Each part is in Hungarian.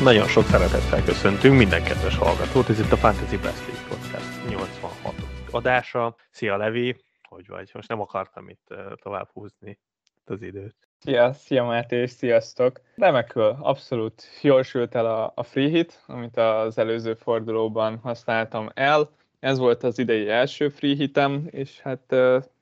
Nagyon sok szeretettel köszöntünk minden kedves hallgatót, ez itt a Fantasy Best League Podcast 86. adása. Szia Levi, hogy vagy? Most nem akartam itt tovább húzni az időt. Szia Máté, és sziasztok! Remekül, abszolút jól sült el a free hit, amit az előző fordulóban használtam el. Ez volt az idei első free hitem, és hát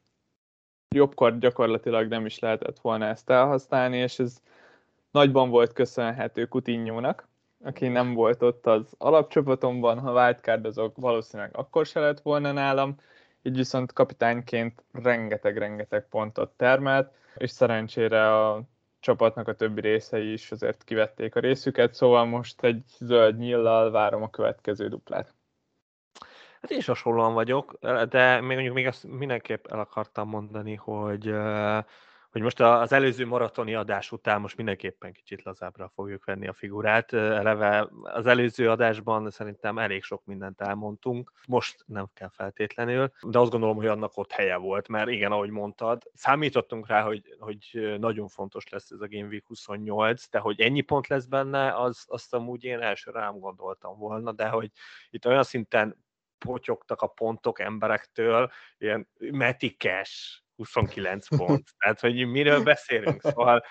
jobbkor gyakorlatilag nem is lehetett volna ezt elhasználni, és ez nagyban volt köszönhető Coutinho-nak, aki nem volt ott az alapcsapatomban, ha wildcardozok, valószínűleg akkor se lett volna nálam, így viszont kapitányként rengeteg pontot termelt, és szerencsére a csapatnak a többi részei is azért kivették a részüket, szóval most egy zöld nyíllal várom a következő duplát. Hát én is hasonlóan vagyok, de még azt mindenképp el akartam mondani, hogy most az előző maratoni adás után most mindenképpen kicsit lazábbra fogjuk venni a figurát. Eleve az előző adásban szerintem elég sok mindent elmondtunk, most nem kell feltétlenül, de azt gondolom, hogy annak ott helye volt, mert igen, ahogy mondtad, számítottunk rá, hogy nagyon fontos lesz ez a Game Week 28, de hogy ennyi pont lesz benne, azt amúgy én elsőre nem gondoltam volna, de hogy itt olyan szinten potyogtak a pontok emberektől, ilyen metikes 29 pont. Tehát, hogy miről beszélünk? Szóval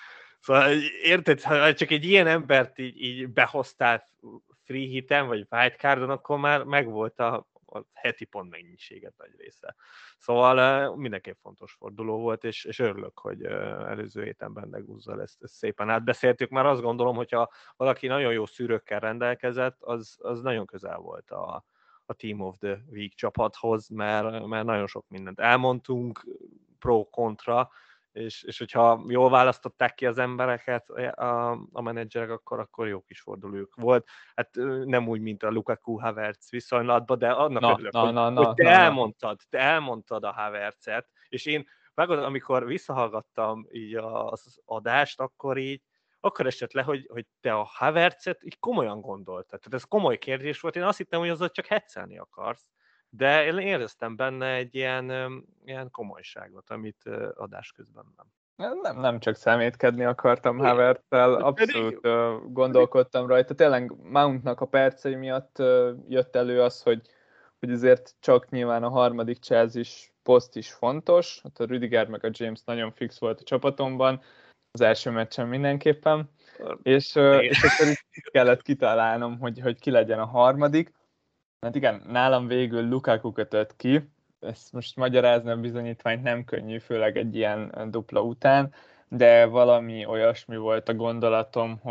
érted, ha csak egy ilyen embert így behoztál free hiten, vagy wildcardon, akkor már megvolt a heti pont mennyiséget nagy része. Szóval mindenképp fontos forduló volt, és örülök, hogy előző héten Bendegúzzal ezt szépen átbeszéltük. Már azt gondolom, hogyha valaki nagyon jó szűrőkkel rendelkezett, az nagyon közel volt a Team of the Week csapathoz, mert nagyon sok mindent elmondtunk, pro-kontra, és hogyha jól választották ki az embereket, a menedzserek, akkor jó kis fordulók volt. Hát nem úgy, mint a Lukaku Havertz viszonylatban, de annak örülök, hogy te elmondtad a Havertzet, és én vágod, amikor visszahallgattam így az adást, akkor esett le, hogy te a Havertzet így komolyan gondoltad. Tehát ez komoly kérdés volt, én azt hittem, hogy azzal csak heccelni akarsz, de én éreztem benne egy ilyen komolyságot, amit adás közben nem. Nem csak szemétkedni akartam Havertzel, abszolút gondolkodtam rajta. Tényleg Mountnak a percei miatt jött elő az, hogy azért csak nyilván a harmadik Chelsea poszt is fontos. Hát a Rüdiger meg a James nagyon fix volt a csapatomban, az első meccsen mindenképpen, és akkor itt kellett kitalálnom, hogy ki legyen a harmadik. Hát igen, nálam végül Lukaku kötött ki, ezt most magyarázni a bizonyítványt nem könnyű, főleg egy ilyen dupla után, de valami olyasmi volt a gondolatom,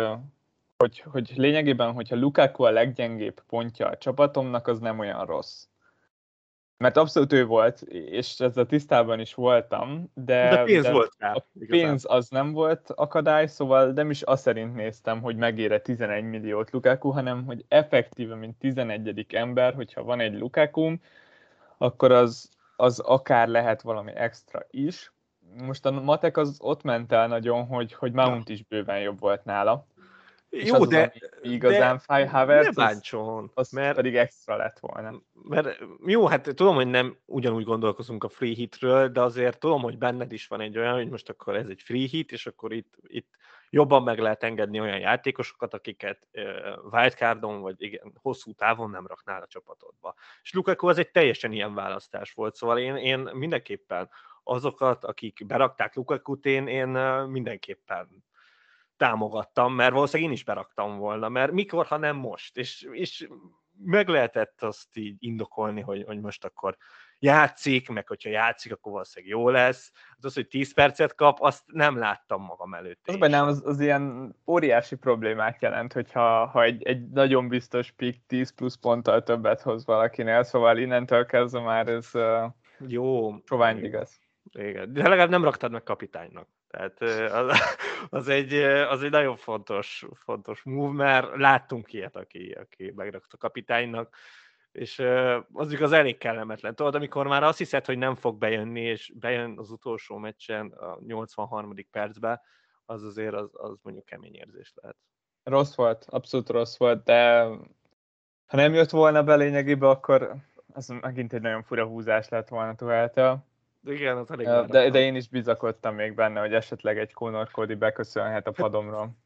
hogy lényegében, hogyha Lukaku a leggyengébb pontja a csapatomnak, az nem olyan rossz. Mert abszolút ő volt, és ezzel tisztában is voltam, de volt rá, a pénz az nem volt akadály, szóval nem is azt szerint néztem, hogy megére 11 milliót Lukaku, hanem hogy effektíve, mint 11. ember, hogyha van egy Lukakum, akkor az akár lehet valami extra is. Most a matek az ott ment el nagyon, hogy Mount is bőven jobb volt nála. Jó, és de igazán fáj Havertz, az mert pedig extra lett volna. Mert jó, hát tudom, hogy nem ugyanúgy gondolkozunk a free hitről, de azért tudom, hogy benned is van egy olyan, hogy most akkor ez egy free hit, és akkor itt jobban meg lehet engedni olyan játékosokat, akiket wildcardon, vagy igen, hosszú távon nem raknál a csapatodba. És Lukaku az egy teljesen ilyen választás volt, szóval én mindenképpen azokat, akik berakták Lukakut, én mindenképpen támogattam, mert valószínűleg én is beraktam volna, mert mikor, ha nem most, és meg lehetett azt így indokolni, hogy most akkor játszik, meg hogyha játszik, akkor valószínűleg jó lesz. Az, hogy 10 percet kap, azt nem láttam magam előtt. Az bennem az ilyen óriási problémát jelent, hogyha egy nagyon biztos pick 10 plusz ponttal többet hoz valakinél, szóval innentől kezdve már ez jó, sovány igaz. Igen, de legalább nem raktad meg kapitánynak. Tehát az egy nagyon fontos move, mert láttunk ilyet, aki megrakta kapitánynak, és az elég kellemetlen. Tudod, amikor már azt hiszed, hogy nem fog bejönni, és bejön az utolsó meccsen a 83. percben, az azért az mondjuk kemény érzés lehet. Rossz volt, abszolút rossz volt, de ha nem jött volna be lényegében, akkor az megint egy nagyon fura húzás lett volna Tuheltől. Igen, az elég de én is bizakodtam még benne, hogy esetleg egy Conor Cody beköszönhet a padomról.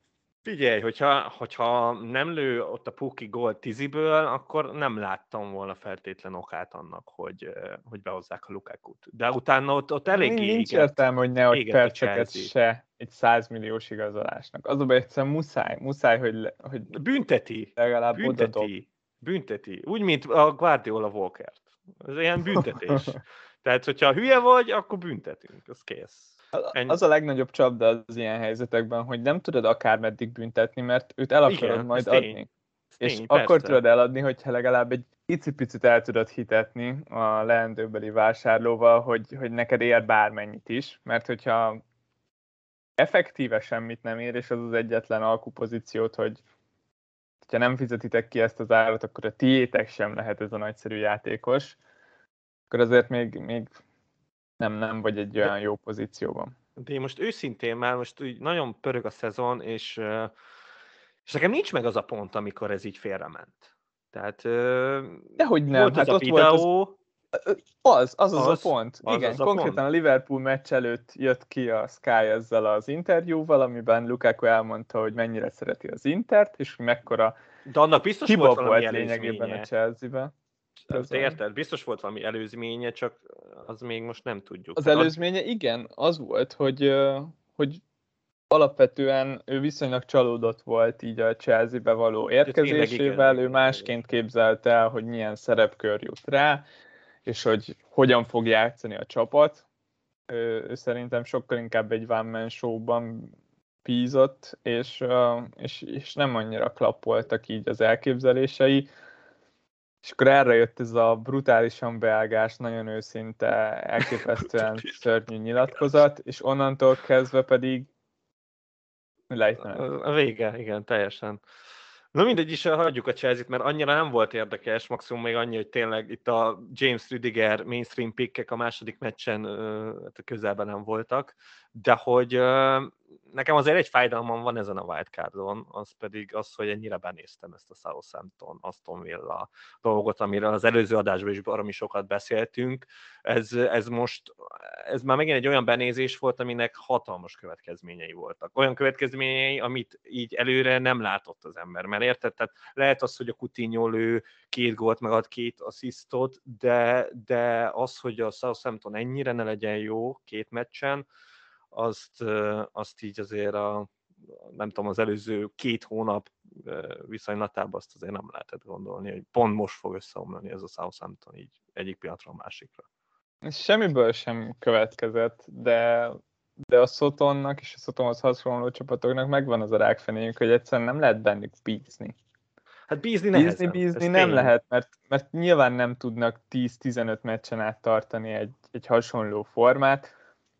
Figyelj, hogyha nem lő ott a Puki gólt 10-ből, akkor nem láttam volna feltétlen okát annak, hogy behozzák a Lukakut. De utána ott eléggé Nincs értelme, hogy ne adj égett a perceket Chelsea. se egy 100 milliós igazolásnak. Az a baj, egyszerűen muszáj, hogy legalább odadob. Bünteti. Úgy, mint a Guardiola Walkert. Ez ilyen büntetés. Tehát, hogyha hülye vagy, akkor büntetünk. Az kész. Az a legnagyobb csapda az ilyen helyzetekben, hogy nem tudod akármeddig büntetni, mert őt el akarod majd adni. És akkor tudod eladni, hogyha legalább egy icipicit el tudod hitetni a leendőbeli vásárlóval, hogy neked ér bármennyit is, mert hogyha effektíve semmit nem ér, és az az egyetlen alkupozíciót, hogy ha nem fizetitek ki ezt az árat, akkor a tiétek sem lehet ez a nagyszerű játékos, akkor azért még nem vagy egy olyan jó pozícióban. De én most őszintén már most úgy nagyon pörög a szezon, és nekem nincs meg az a pont, amikor ez így félrement. Tehát dehogy nem, volt hát az a videó. Az a pont. Igen, konkrétan a Liverpool meccs előtt jött ki a Sky ezzel az interjúval, amiben Lukaku elmondta, hogy mennyire szereti az Intert, és mekkora de annak biztos volt valami lényegében a Chelsea-ben. Te érted? Biztos volt valami előzménye, csak az még most nem tudjuk. Az előzménye igen, az volt, hogy alapvetően ő viszonylag csalódott volt így a Chelsea-be való érkezésével, ő másként képzelte el, hogy milyen szerepkör jut rá, és hogy hogyan fog játszani a csapat. Ő szerintem sokkal inkább egy one-man show-ban bízott, és nem annyira klappoltak így az elképzelései. És akkor erre jött ez a brutálisan belgás, nagyon őszinte, elképesztően szörnyű nyilatkozat, és onnantól kezdve pedig a vége, igen, teljesen. Na mindegy is, hagyjuk a Chelsea-t, mert annyira nem volt érdekes, maximum még annyi, hogy tényleg itt a James Rüdiger mainstream pickek a második meccsen közelben nem voltak, de hogy nekem azért egy fájdalmam van ezen a wildcardon, az pedig az, hogy ennyire benéztem ezt a Southampton, Aston Villa dolgot, amiről az előző adásban is baromi sokat beszéltünk. Ez már megint egy olyan benézés volt, aminek hatalmas következményei voltak. Olyan következményei, amit így előre nem látott az ember. Mert érted? Tehát lehet az, hogy a Coutinho lő 2 gólt, meg ad 2 asszisztot, de az, hogy a Southampton ennyire ne legyen jó 2 meccsen, azt így azért nem tudom, az előző 2 hónap viszonylatában azt azért nem lehetett gondolni, hogy pont most fog összeomlani ez a Southampton így egyik pillanatra a másikra. Ez semmiből sem következett, de a Sotonnak és a Sotonhoz hasonló csapatoknak megvan az a rákfenéjük, hogy egyszerűen nem lehet bennük bízni. Hát bízni nem lehet, mert nyilván nem tudnak 10-15 meccsen át tartani egy hasonló formát.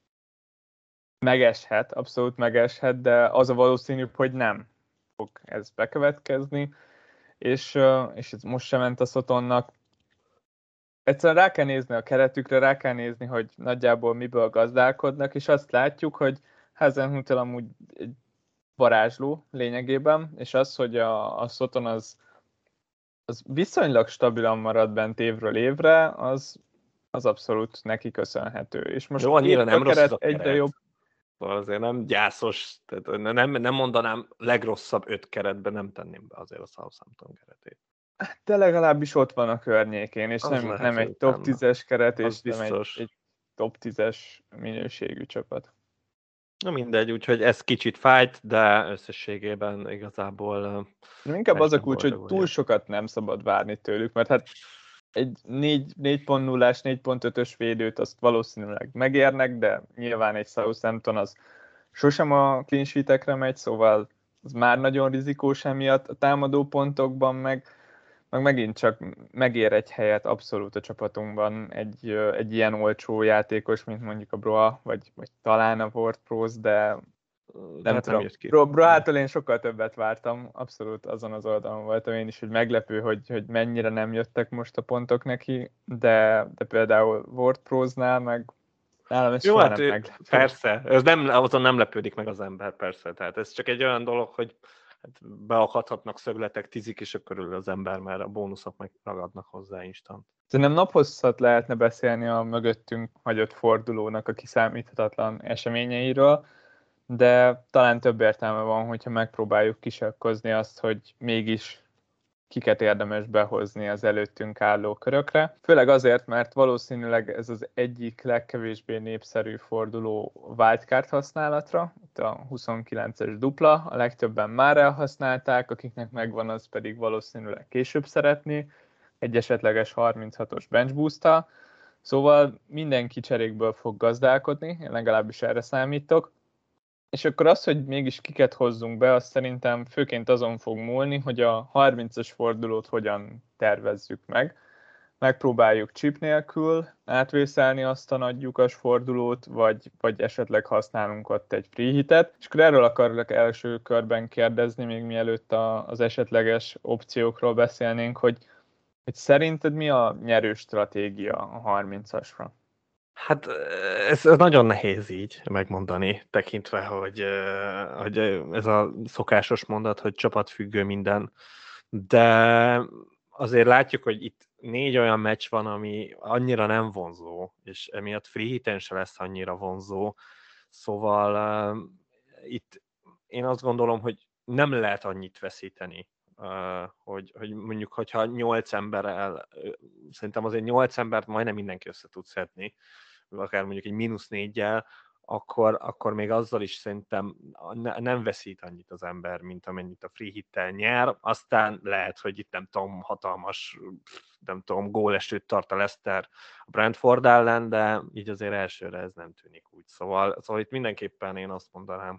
Megeshet, abszolút megeshet, de az a valószínű, hogy nem fog ez bekövetkezni, és ez most sem ment a Sotonnak. Egyszerűen rá kell nézni a keretükre, rá kell nézni, hogy nagyjából miből gazdálkodnak, és azt látjuk, hogy Hasenhüttl amúgy egy varázsló lényegében, és az, hogy a Soton az viszonylag stabilan marad bent évről évre, az abszolút neki köszönhető. És most annyira nem rossz a egyre jobb. Azért nem gyászos, tehát nem mondanám legrosszabb 5 keretben, nem tenném be azért a Southampton keretét. De legalábbis ott van a környékén, és nem egy top 10-es keret, és nem egy top 10-es minőségű csapat. Na mindegy, úgyhogy ez kicsit fájt, de összességében igazából... Inkább az a kulcs, hogy túl sokat nem szabad várni tőlük, mert hát egy 4.0-ás, 4.5-ös védőt azt valószínűleg megérnek, de nyilván egy Southampton az sosem a clean sheetekre megy, szóval az már nagyon rizikós emiatt a támadó pontokban, meg megint csak megér egy helyet abszolút a csapatunkban egy ilyen olcsó játékos, mint mondjuk a Broa, vagy talán a Ward-Prowse, de nem tudom. Broától én sokkal többet vártam, abszolút azon az oldalon voltam én is, hogy meglepő, hogy mennyire nem jöttek most a pontok neki, de például Ward-Prowse-nál meg nálam ez soha nem meglepő. Persze, azon nem lepődik meg az ember, persze, tehát ez csak egy olyan dolog, hogy beakadhatnak szögletek, tizik, és akkor az ember, mert a bónuszok meg ragadnak hozzá instant. Szerintem naphosszat lehetne beszélni a mögöttünk hagyott fordulónak a kiszámíthatatlan eseményeiről, de talán több értelme van, hogyha megpróbáljuk kisakkozni azt, hogy mégis kiket érdemes behozni az előttünk álló körökre. Főleg azért, mert valószínűleg ez az egyik legkevésbé népszerű forduló wildcard használatra, itt a 29-es dupla, a legtöbben már elhasználták, akiknek megvan, az pedig valószínűleg később szeretné, egy esetleges 36-os bench boost-tal, szóval mindenki cserékből fog gazdálkodni, én legalábbis erre számítok. És akkor az, hogy mégis kiket hozzunk be, azt szerintem főként azon fog múlni, hogy a 30-as fordulót hogyan tervezzük meg. Megpróbáljuk chip nélkül átvészelni azt a nagy lyukas fordulót, vagy esetleg használunk ott egy free hitet. És akkor erről akarok első körben kérdezni, még mielőtt az esetleges opciókról beszélnénk, hogy szerinted mi a nyerő stratégia a 30-asra? Hát ez nagyon nehéz így megmondani, tekintve, hogy ez a szokásos mondat, hogy csapatfüggő minden, de azért látjuk, hogy itt 4 olyan meccs van, ami annyira nem vonzó, és emiatt free hiten se lesz annyira vonzó, szóval itt én azt gondolom, hogy nem lehet annyit veszíteni, hogy mondjuk, hogyha 8 emberrel, szerintem azért 8 embert majdnem mindenki össze tud szedni, akár mondjuk egy -4-jel, akkor még azzal is szerintem nem veszít annyit az ember, mint amennyit a free hittel nyer. Aztán lehet, hogy itt nem tudom, hatalmas, nem tudom, gólesőt tart a Leicester a Brentford ellen, de így azért elsőre ez nem tűnik úgy. Szóval itt mindenképpen én azt mondanám,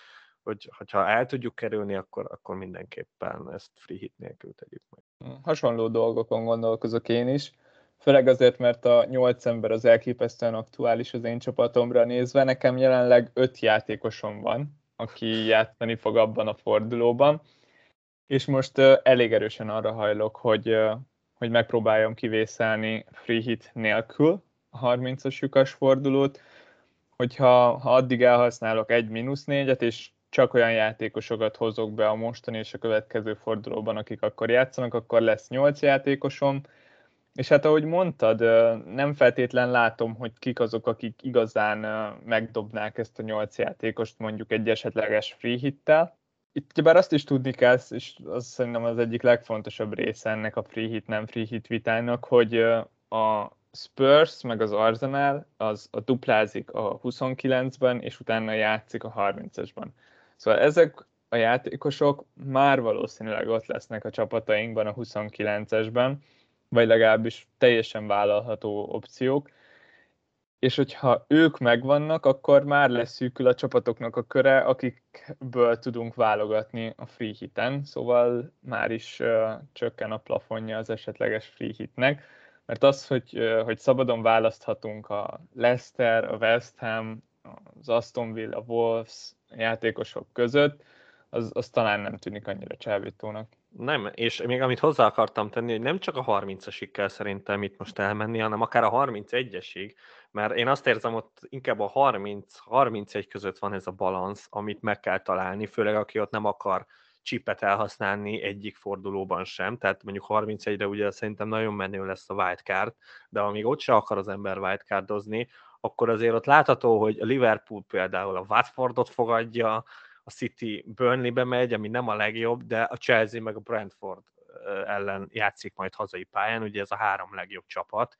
hogyha el tudjuk kerülni, akkor mindenképpen ezt free hit nélkül tegyük meg. Hasonló dolgokon gondolkozok én is, főleg azért, mert a 8 ember az elképesztően aktuális az én csapatomra nézve. Nekem jelenleg 5 játékosom van, aki játszani fog abban a fordulóban, és most elég erősen arra hajlok, hogy megpróbáljam kivészelni free hit nélkül a 30-as lyukas fordulót, hogyha addig elhasználok egy -4-et, és csak olyan játékosokat hozok be a mostani és a következő fordulóban, akik akkor játszanak, akkor lesz 8 játékosom, és hát ahogy mondtad, nem feltétlen látom, hogy kik azok, akik igazán megdobnák ezt a 8 játékost mondjuk egy esetleges free hittel. Itt bár azt is tudni kell, és az szerintem az egyik legfontosabb része ennek a free hit, nem free hit vitának, hogy a Spurs meg az Arsenal az a duplázik a 29-ben, és utána játszik a 30-asban. Szóval ezek a játékosok már valószínűleg ott lesznek a csapatainkban a 29-esben, vagy legalábbis teljesen vállalható opciók, és hogyha ők megvannak, akkor már leszűkül a csapatoknak a köre, akikből tudunk válogatni a free hiten, szóval már is csökken a plafonja az esetleges free hitnek, mert az, hogy szabadon választhatunk a Leicester, a West Ham, az Aston Villa, a Wolves játékosok között, az talán nem tűnik annyira csábítónak. Nem, és még amit hozzá akartam tenni, hogy nem csak a 30-asig kell szerintem itt most elmenni, hanem akár a 31-esig, mert én azt érzem, ott inkább a 30-31 között van ez a balansz, amit meg kell találni, főleg aki ott nem akar chipet elhasználni egyik fordulóban sem, tehát mondjuk 31-re ugye szerintem nagyon menő lesz a wildcard, de amíg ott se akar az ember wildcardozni, akkor azért ott látható, hogy a Liverpool például a Watfordot fogadja, a City Burnleybe megy, ami nem a legjobb, de a Chelsea meg a Brentford ellen játszik majd hazai pályán, ugye ez a 3 legjobb csapat,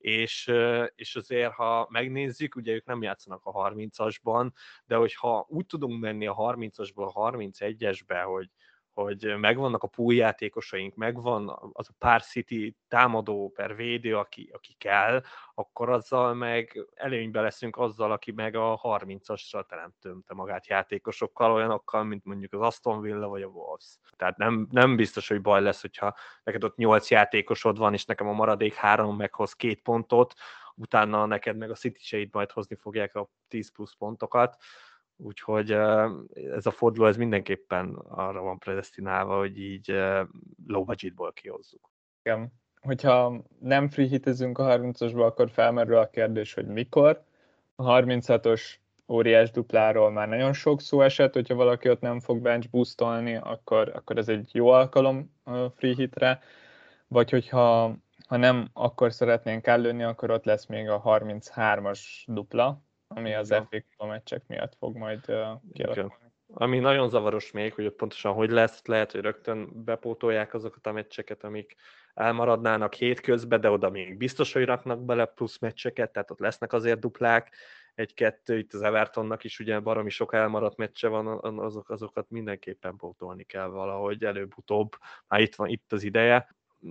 és azért, ha megnézzük, ugye ők nem játszanak a 30-asban, de hogyha úgy tudunk menni a 30-asból a 31-esbe, hogy megvannak a pool játékosaink, megvan az a pár City támadó per védő, aki kell, akkor azzal meg előnyben leszünk azzal, aki meg a 30-asra teremtőmte magát játékosokkal, olyanokkal, mint mondjuk az Aston Villa vagy a Wolves. Tehát nem biztos, hogy baj lesz, hogyha neked ott 8 játékosod van, és nekem a maradék 3 meghoz 2 pontot, utána neked meg a City-seid majd hozni fogják a 10 plusz pontokat. Úgyhogy ez a forduló ez mindenképpen arra van predestinálva, hogy így low budgetból kihozzuk. Igen. Hogyha nem free hitezünk a 30-asba, akkor felmerül a kérdés, hogy mikor. A 36-os óriás dupláról már nagyon sok szó esett, hogyha valaki ott nem fog bench boostolni, akkor ez egy jó alkalom a free hitre, vagy hogyha nem akkor szeretnénk ellőni, akkor ott lesz még a 33-as dupla, ami az FA Kupa meccsek miatt fog majd kialakulni. Ami nagyon zavaros még, hogy pontosan hogy lesz, lehet, hogy rögtön bepótolják azokat a meccseket, amik elmaradnának hétközben, de oda még biztos, hogy raknak bele plusz meccseket, tehát ott lesznek azért duplák, egy-kettő, itt az Evertonnak is ugye baromi sok elmaradt meccse van, azokat mindenképpen pótolni kell valahogy, előbb-utóbb, már itt az ideje.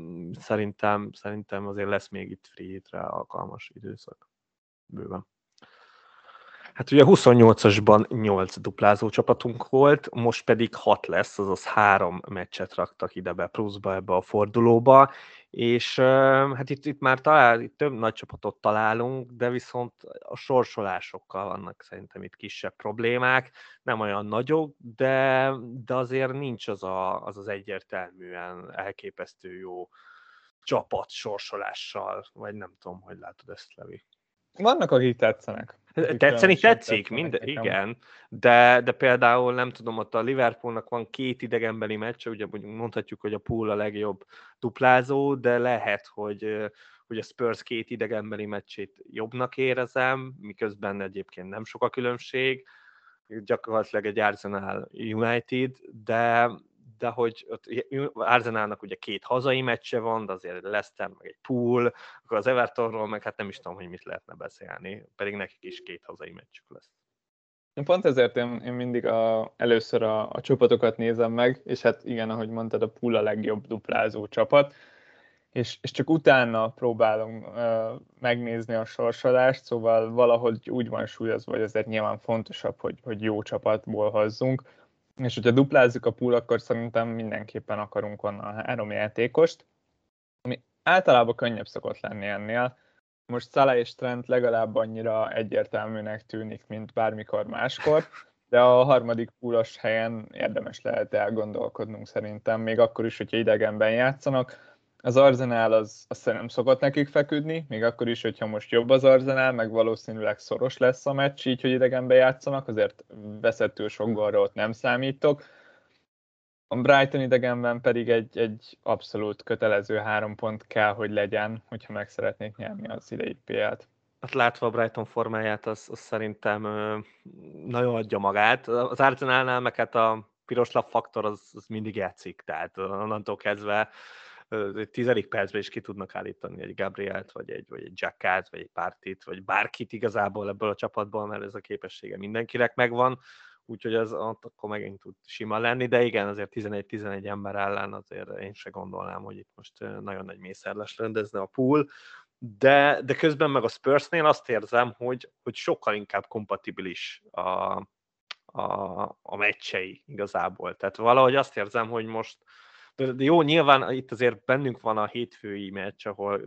Szerintem azért lesz még itt free hit-re alkalmas időszak. Bőven. Hát ugye a 28-asban 8 duplázó csapatunk volt, most pedig 6 lesz, azaz 3 meccset raktak ide be pluszba ebbe a fordulóba, és hát itt már itt több nagy csapatot találunk, de viszont a sorsolásokkal vannak szerintem itt kisebb problémák, nem olyan nagyok, de azért nincs az egyértelműen elképesztő jó csapat sorsolással, vagy nem tudom, hogy látod ezt, Levi. Vannak, akik tetszenek. Tetszeni tetszik, igen, de például nem tudom, ott a Liverpoolnak van 2 idegenbeli meccse, ugye mondhatjuk, hogy a Pool a legjobb duplázó, de lehet, hogy a Spurs 2 idegenbeli meccsét jobbnak érezem, miközben egyébként nem sok a különbség, gyakorlatilag egy Arsenal United, de hogy ott Arsenalnak ugye 2 hazai meccse van, de azért Leicester, meg egy Pool, akkor az Evertonról meg hát nem is tudom, hogy mit lehetne beszélni, pedig nekik is 2 hazai meccsük lesz. Pont ezért én mindig először a csapatokat nézem meg, és hát igen, ahogy mondtad, a Pool a legjobb duplázó csapat, és csak utána próbálom megnézni a sorsolást, szóval valahogy úgy van súlyozva, hogy azért nyilván fontosabb, hogy jó csapatból hozzunk, és hogyha duplázzuk a Pool, akkor szerintem mindenképpen akarunk onnan 3 játékost, ami általában könnyebb szokott lenni ennél. Most Salah és Trent legalább annyira egyértelműnek tűnik, mint bármikor máskor, de a harmadik poolos helyen érdemes lehet elgondolkodnunk szerintem, még akkor is, hogyha idegenben játszanak. Az Arsenal az nem szokott nekik feküdni, még akkor is, hogyha most jobb az Arsenal, meg valószínűleg szoros lesz a meccs, így, hogy idegenben játszanak, azért veszettől sok gólra ott nem számítok. A Brighton idegenben pedig egy abszolút kötelező 3 pont kell, hogy legyen, hogyha meg szeretnék nyerni az idei PL-t. Hát látva a Brighton formáját, az szerintem nagyon adja magát. Az Arsenalnál meg hát a piros lap faktor az mindig játszik, tehát onnantól kezdve 10. percben is ki tudnak állítani egy Gabrielt, vagy egy Jackát, vagy egy Partit, vagy bárkit igazából ebből a csapatból, mert ez a képessége mindenkinek megvan, úgyhogy az akkor megint tud sima lenni, de igen, azért 11-11 ember ellen azért én se gondolnám, hogy itt most nagyon nagy mészárlás rendezne a pool, de közben meg a Spursnél azt érzem, hogy sokkal inkább kompatibilis a meccsei igazából. Tehát valahogy azt érzem, hogy most de jó, nyilván itt azért bennünk van a hétfői meccs, ahol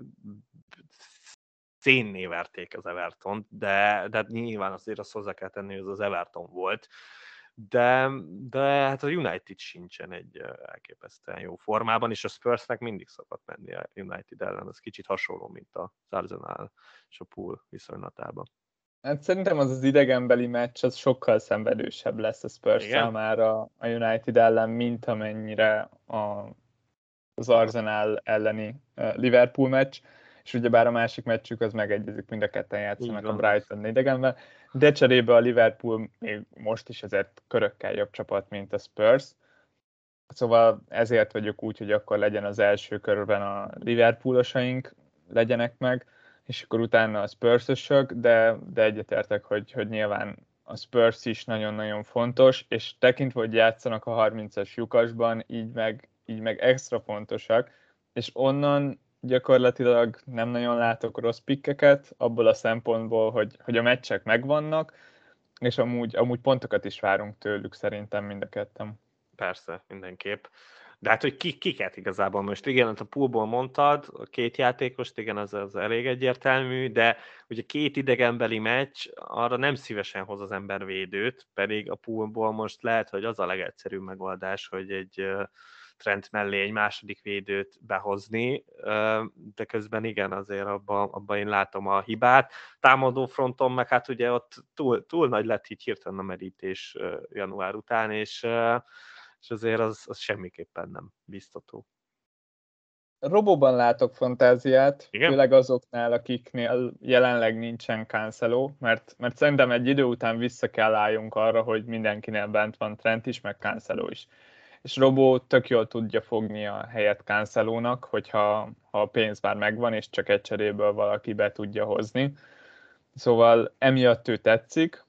szénné verték az Evertont, de nyilván azért azt hozzá kell tenni, hogy az Everton volt. De hát a United sincsen egy elképesztően jó formában, és a Spursnek mindig szokott menni a United ellen. Ez kicsit hasonló, mint az Arsenal és a Pool viszonylatában. Hát szerintem az idegenbeli meccs az sokkal szenvedősebb lesz a Spurs számára a United ellen, mint amennyire az Arsenal elleni Liverpool meccs, és ugyebár a másik meccsük az megegyezik, mind a ketten játszanak a Brighton idegenben, de cserébe a Liverpool még most is azért körökkel jobb csapat, mint a Spurs. Szóval ezért vagyok úgy, hogy akkor legyen az első körben a Liverpoolosaink legyenek meg, és akkor utána a Spurs-ösök, de egyetértek, hogy nyilván a Spurs is nagyon-nagyon fontos, és tekintve, hogy játszanak a 30-as lyukasban, így meg extra fontosak, és onnan gyakorlatilag nem nagyon látok rossz pikkeket, abból a szempontból, hogy a meccsek megvannak, és amúgy pontokat is várunk tőlük szerintem mind a ketten. Persze, mindenképp. De hát, hogy kiket igazából most? Igen, a poolból mondtad, a 2 játékost, igen, az elég egyértelmű, de ugye 2 idegenbeli meccs, arra nem szívesen hoz az ember védőt, pedig a poolból most lehet, hogy az a legegyszerűbb megoldás, hogy egy Trent mellé egy második védőt behozni, de közben igen, azért abban én látom a hibát. Támadó fronton meg hát ugye ott túl nagy lett így hirtelen a merítés január után, és azért az semmiképpen nem biztató. Robóban látok fantáziát, Igen? főleg azoknál, akiknél jelenleg nincsen Cancelo, mert szerintem egy idő után vissza kell álljunk arra, hogy mindenkinél bent van Trent is, meg Cancelo is. És Robó tök jól tudja fogni a helyet Cancelónak, hogyha a pénz már megvan, és csak egy cseréből valaki be tudja hozni. Szóval emiatt ő tetszik.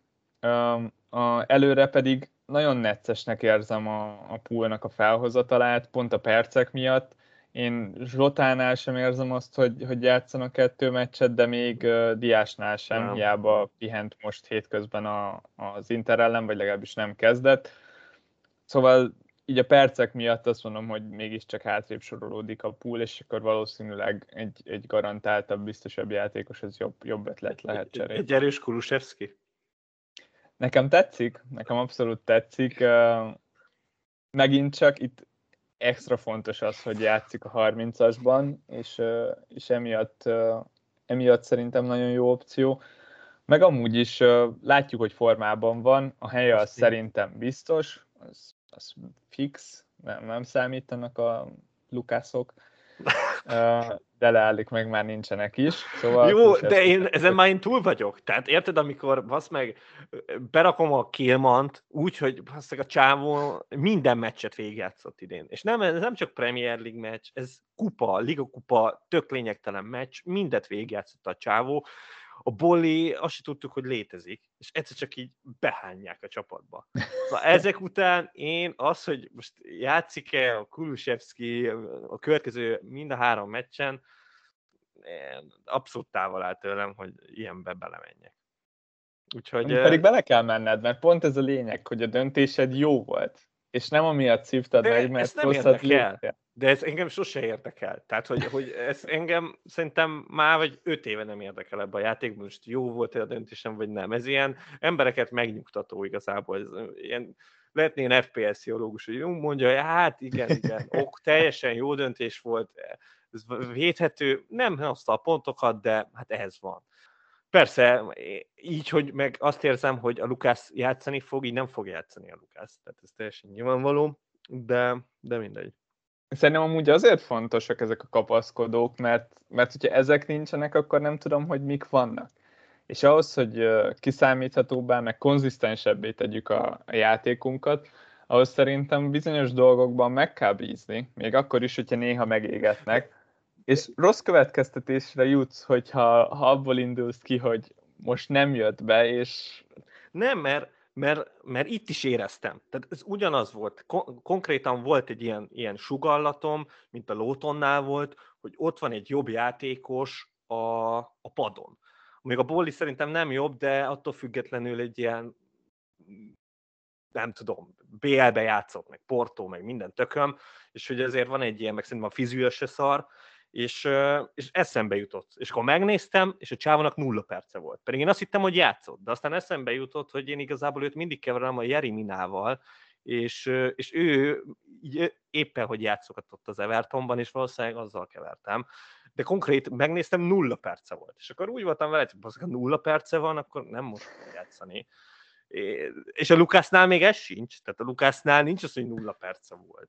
Előre pedig nagyon neccesnek érzem a poolnak a felhozatalát, pont a percek miatt. Én Zsotánál sem érzem azt, hogy játszanak 2 meccset, de még Diásnál sem, Nem. hiába pihent most hétközben az Inter ellen, vagy legalábbis nem kezdett. Szóval így a percek miatt azt mondom, hogy mégiscsak hátrébb sorolódik a pool, és akkor valószínűleg egy garantáltabb, biztosabb játékos, az jobb ötlet lehet cserélni. Egy erős Kulusevski? Nekem abszolút tetszik. Megint csak itt extra fontos az, hogy játszik a 30-asban, és emiatt szerintem nagyon jó opció. Meg amúgy is látjuk, hogy formában van, a helye az szerintem biztos, az fix, nem számítanak a Lukászok, de leállik meg már nincsenek is. Szóval jó, de ezen már én túl vagyok. Tehát érted, amikor basz meg, berakom a Kilmant úgy, hogy basz meg a csávó minden meccset végigjátszott idén. És ez nem csak Premier League meccs, ez kupa, Liga kupa, tök lényegtelen meccs, mindet végigjátszott a csávó. A Bolli, azt se tudtuk, hogy létezik, és egyszer csak így behányják a csapatba. Szóval ezek után én hogy most játszik-e a Kulusevski a következő mind a 3 meccsen, abszolút távol áll tőlem, hogy ilyenbe belemenjek. Úgyhogy... Pedig bele kell menned, mert pont ez a lényeg, hogy a döntésed jó volt. És nem amiatt szívtad meg, mert nem érdekel. De ez engem sose érdekel. Tehát, hogy ez engem szerintem már vagy 5 éve nem érdekel ebben a játékban, most jó volt a döntésem, vagy nem. Ez ilyen embereket megnyugtató igazából. Ez ilyen, lehetne ilyen FPS pszichológus, hogy jó mondja, hát igen, teljesen jó döntés volt, ez védhető, nem hozta a pontokat, de hát ehhez van. Persze, így, hogy meg azt érzem, hogy a Lukász játszani fog, így nem fog játszani a Lukász. Tehát ez teljesen nyilvánvaló, de mindegy. Szerintem amúgy azért fontosak ezek a kapaszkodók, mert hogyha ezek nincsenek, akkor nem tudom, hogy mik vannak. És ahhoz, hogy kiszámíthatóbbá, meg konzisztensebbé tegyük a játékunkat, ahhoz szerintem bizonyos dolgokban meg kell bízni, még akkor is, hogyha néha megégetnek. És rossz következtetésre jutsz, hogyha abból indulsz ki, hogy most nem jött be, és... Nem, mert itt is éreztem. Tehát ez ugyanaz volt. Konkrétan volt egy ilyen sugallatom, mint a Lótonnál volt, hogy ott van egy jobb játékos a padon. Még a Bolli szerintem nem jobb, de attól függetlenül egy ilyen, nem tudom, BL-be játszott, meg Porto, meg minden tököm, és hogy azért van egy ilyen, meg szerintem a fizűre se szar, és eszembe jutott. És akkor megnéztem, és a csávónak 0 perce volt. Pedig én azt hittem, hogy játszott, de aztán eszembe jutott, hogy én igazából őt mindig keverem a Jeriminával, és ő éppen, hogy játszogatott az Evertonban, és valószínűleg azzal kevertem. De konkrét megnéztem, 0 perce volt. És akkor úgy voltam vele, hogy ha 0 perce van, akkor nem most játszani. És a Lukásznál még ez sincs. Tehát a Lukásznál nincs az, hogy 0 perce volt.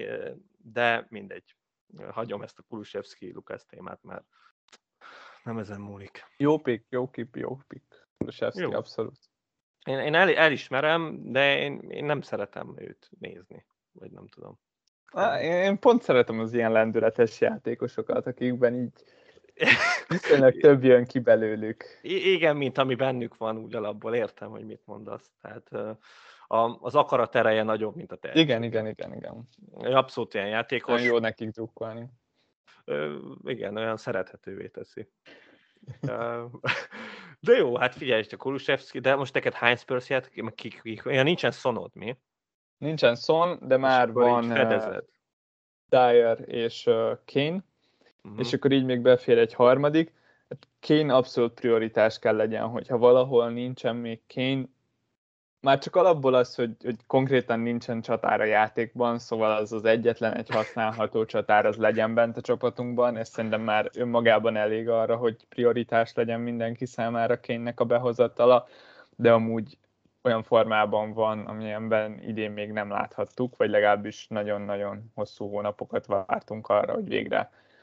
De mindegy. Hagyom ezt a Kulusevski-Lukász témát, mert nem ezen múlik. Jó pick. Kulusevski, jó. Abszolút. Én elismerem, de én nem szeretem őt nézni, vagy nem tudom. Én pont szeretem az ilyen lendületes játékosokat, akikben így viszonylag több jön ki belőlük. Igen, mint ami bennük van, úgy alapból értem, hogy mit mondasz. Tehát az akarat ereje nagyobb, mint a tehetség. Igen. Abszolút ilyen játékos. Nagyon jó nekik drukkolni. Igen, olyan szerethetővé teszi. De jó, hát figyelj, a Kulusevski, de most neked hány Spurs játék? Olyan nincsen Sonod, mi? Nincsen Son, de már van Dyer és Kane, és akkor így még befér egy harmadik. Kane abszolút prioritás kell legyen, hogyha valahol nincsen még Kane, már csak alapból az, hogy konkrétan nincsen csatár a játékban, szóval az egyetlen egy használható csatár az legyen bent a csapatunkban, ez szerintem már önmagában elég arra, hogy prioritás legyen mindenki számára Kane-nek a behozatala, de amúgy olyan formában van, amilyenben idén még nem láthattuk, vagy legalábbis nagyon-nagyon hosszú hónapokat vártunk arra, hogy végre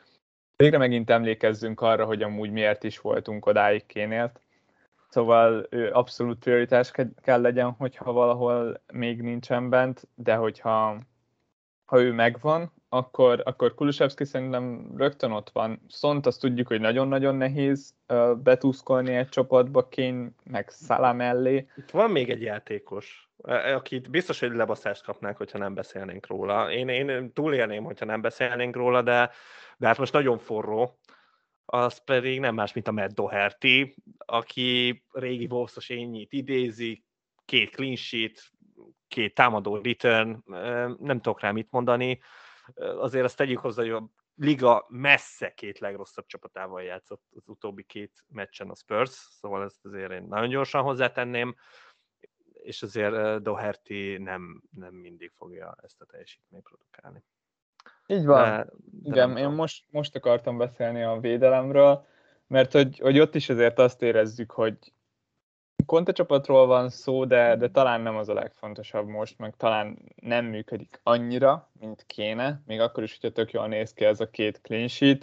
Végre megint emlékezzünk arra, hogy amúgy miért is voltunk odáig Kénélt. Szóval ő abszolút prioritás kell legyen, hogyha valahol még nincsen bent, de hogyha ő megvan, akkor Kulusevski szerintem rögtön ott van. Szont azt tudjuk, hogy nagyon-nagyon nehéz betuszkolni egy csapatba, Kane meg Salah mellé. Itt van még egy játékos, akit biztos, hogy lebaszást kapnánk, hogyha nem beszélnénk róla. Én túlélném, hogyha nem beszélnénk róla, de hát most nagyon forró. Az pedig nem más, mint a Matt Doherty, aki régi Wolves-os énnyit idézi, 2 clean sheet, 2 támadó return, nem tudok rá mit mondani. Azért azt tegyük hozzá, hogy a liga messze 2 legrosszabb csapatával játszott az utóbbi 2 meccsen a Spurs, szóval ezt azért én nagyon gyorsan hozzátenném, és azért Doherty nem mindig fogja ezt a teljesítményt produkálni. Így van. De igen, én most akartam beszélni a védelemről, mert hogy ott is azért azt érezzük, hogy Conte csapatról van szó, de talán nem az a legfontosabb most, meg talán nem működik annyira, mint kéne, még akkor is, hogyha tök jól néz ki ez a 2 clean sheet.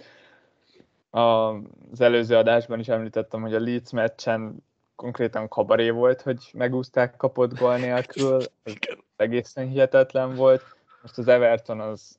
Az előző adásban is említettem, hogy a Leeds meccsen konkrétan kabaré volt, hogy megúzták kapott gól nélkül, ez egészen hihetetlen volt. Most az Everton az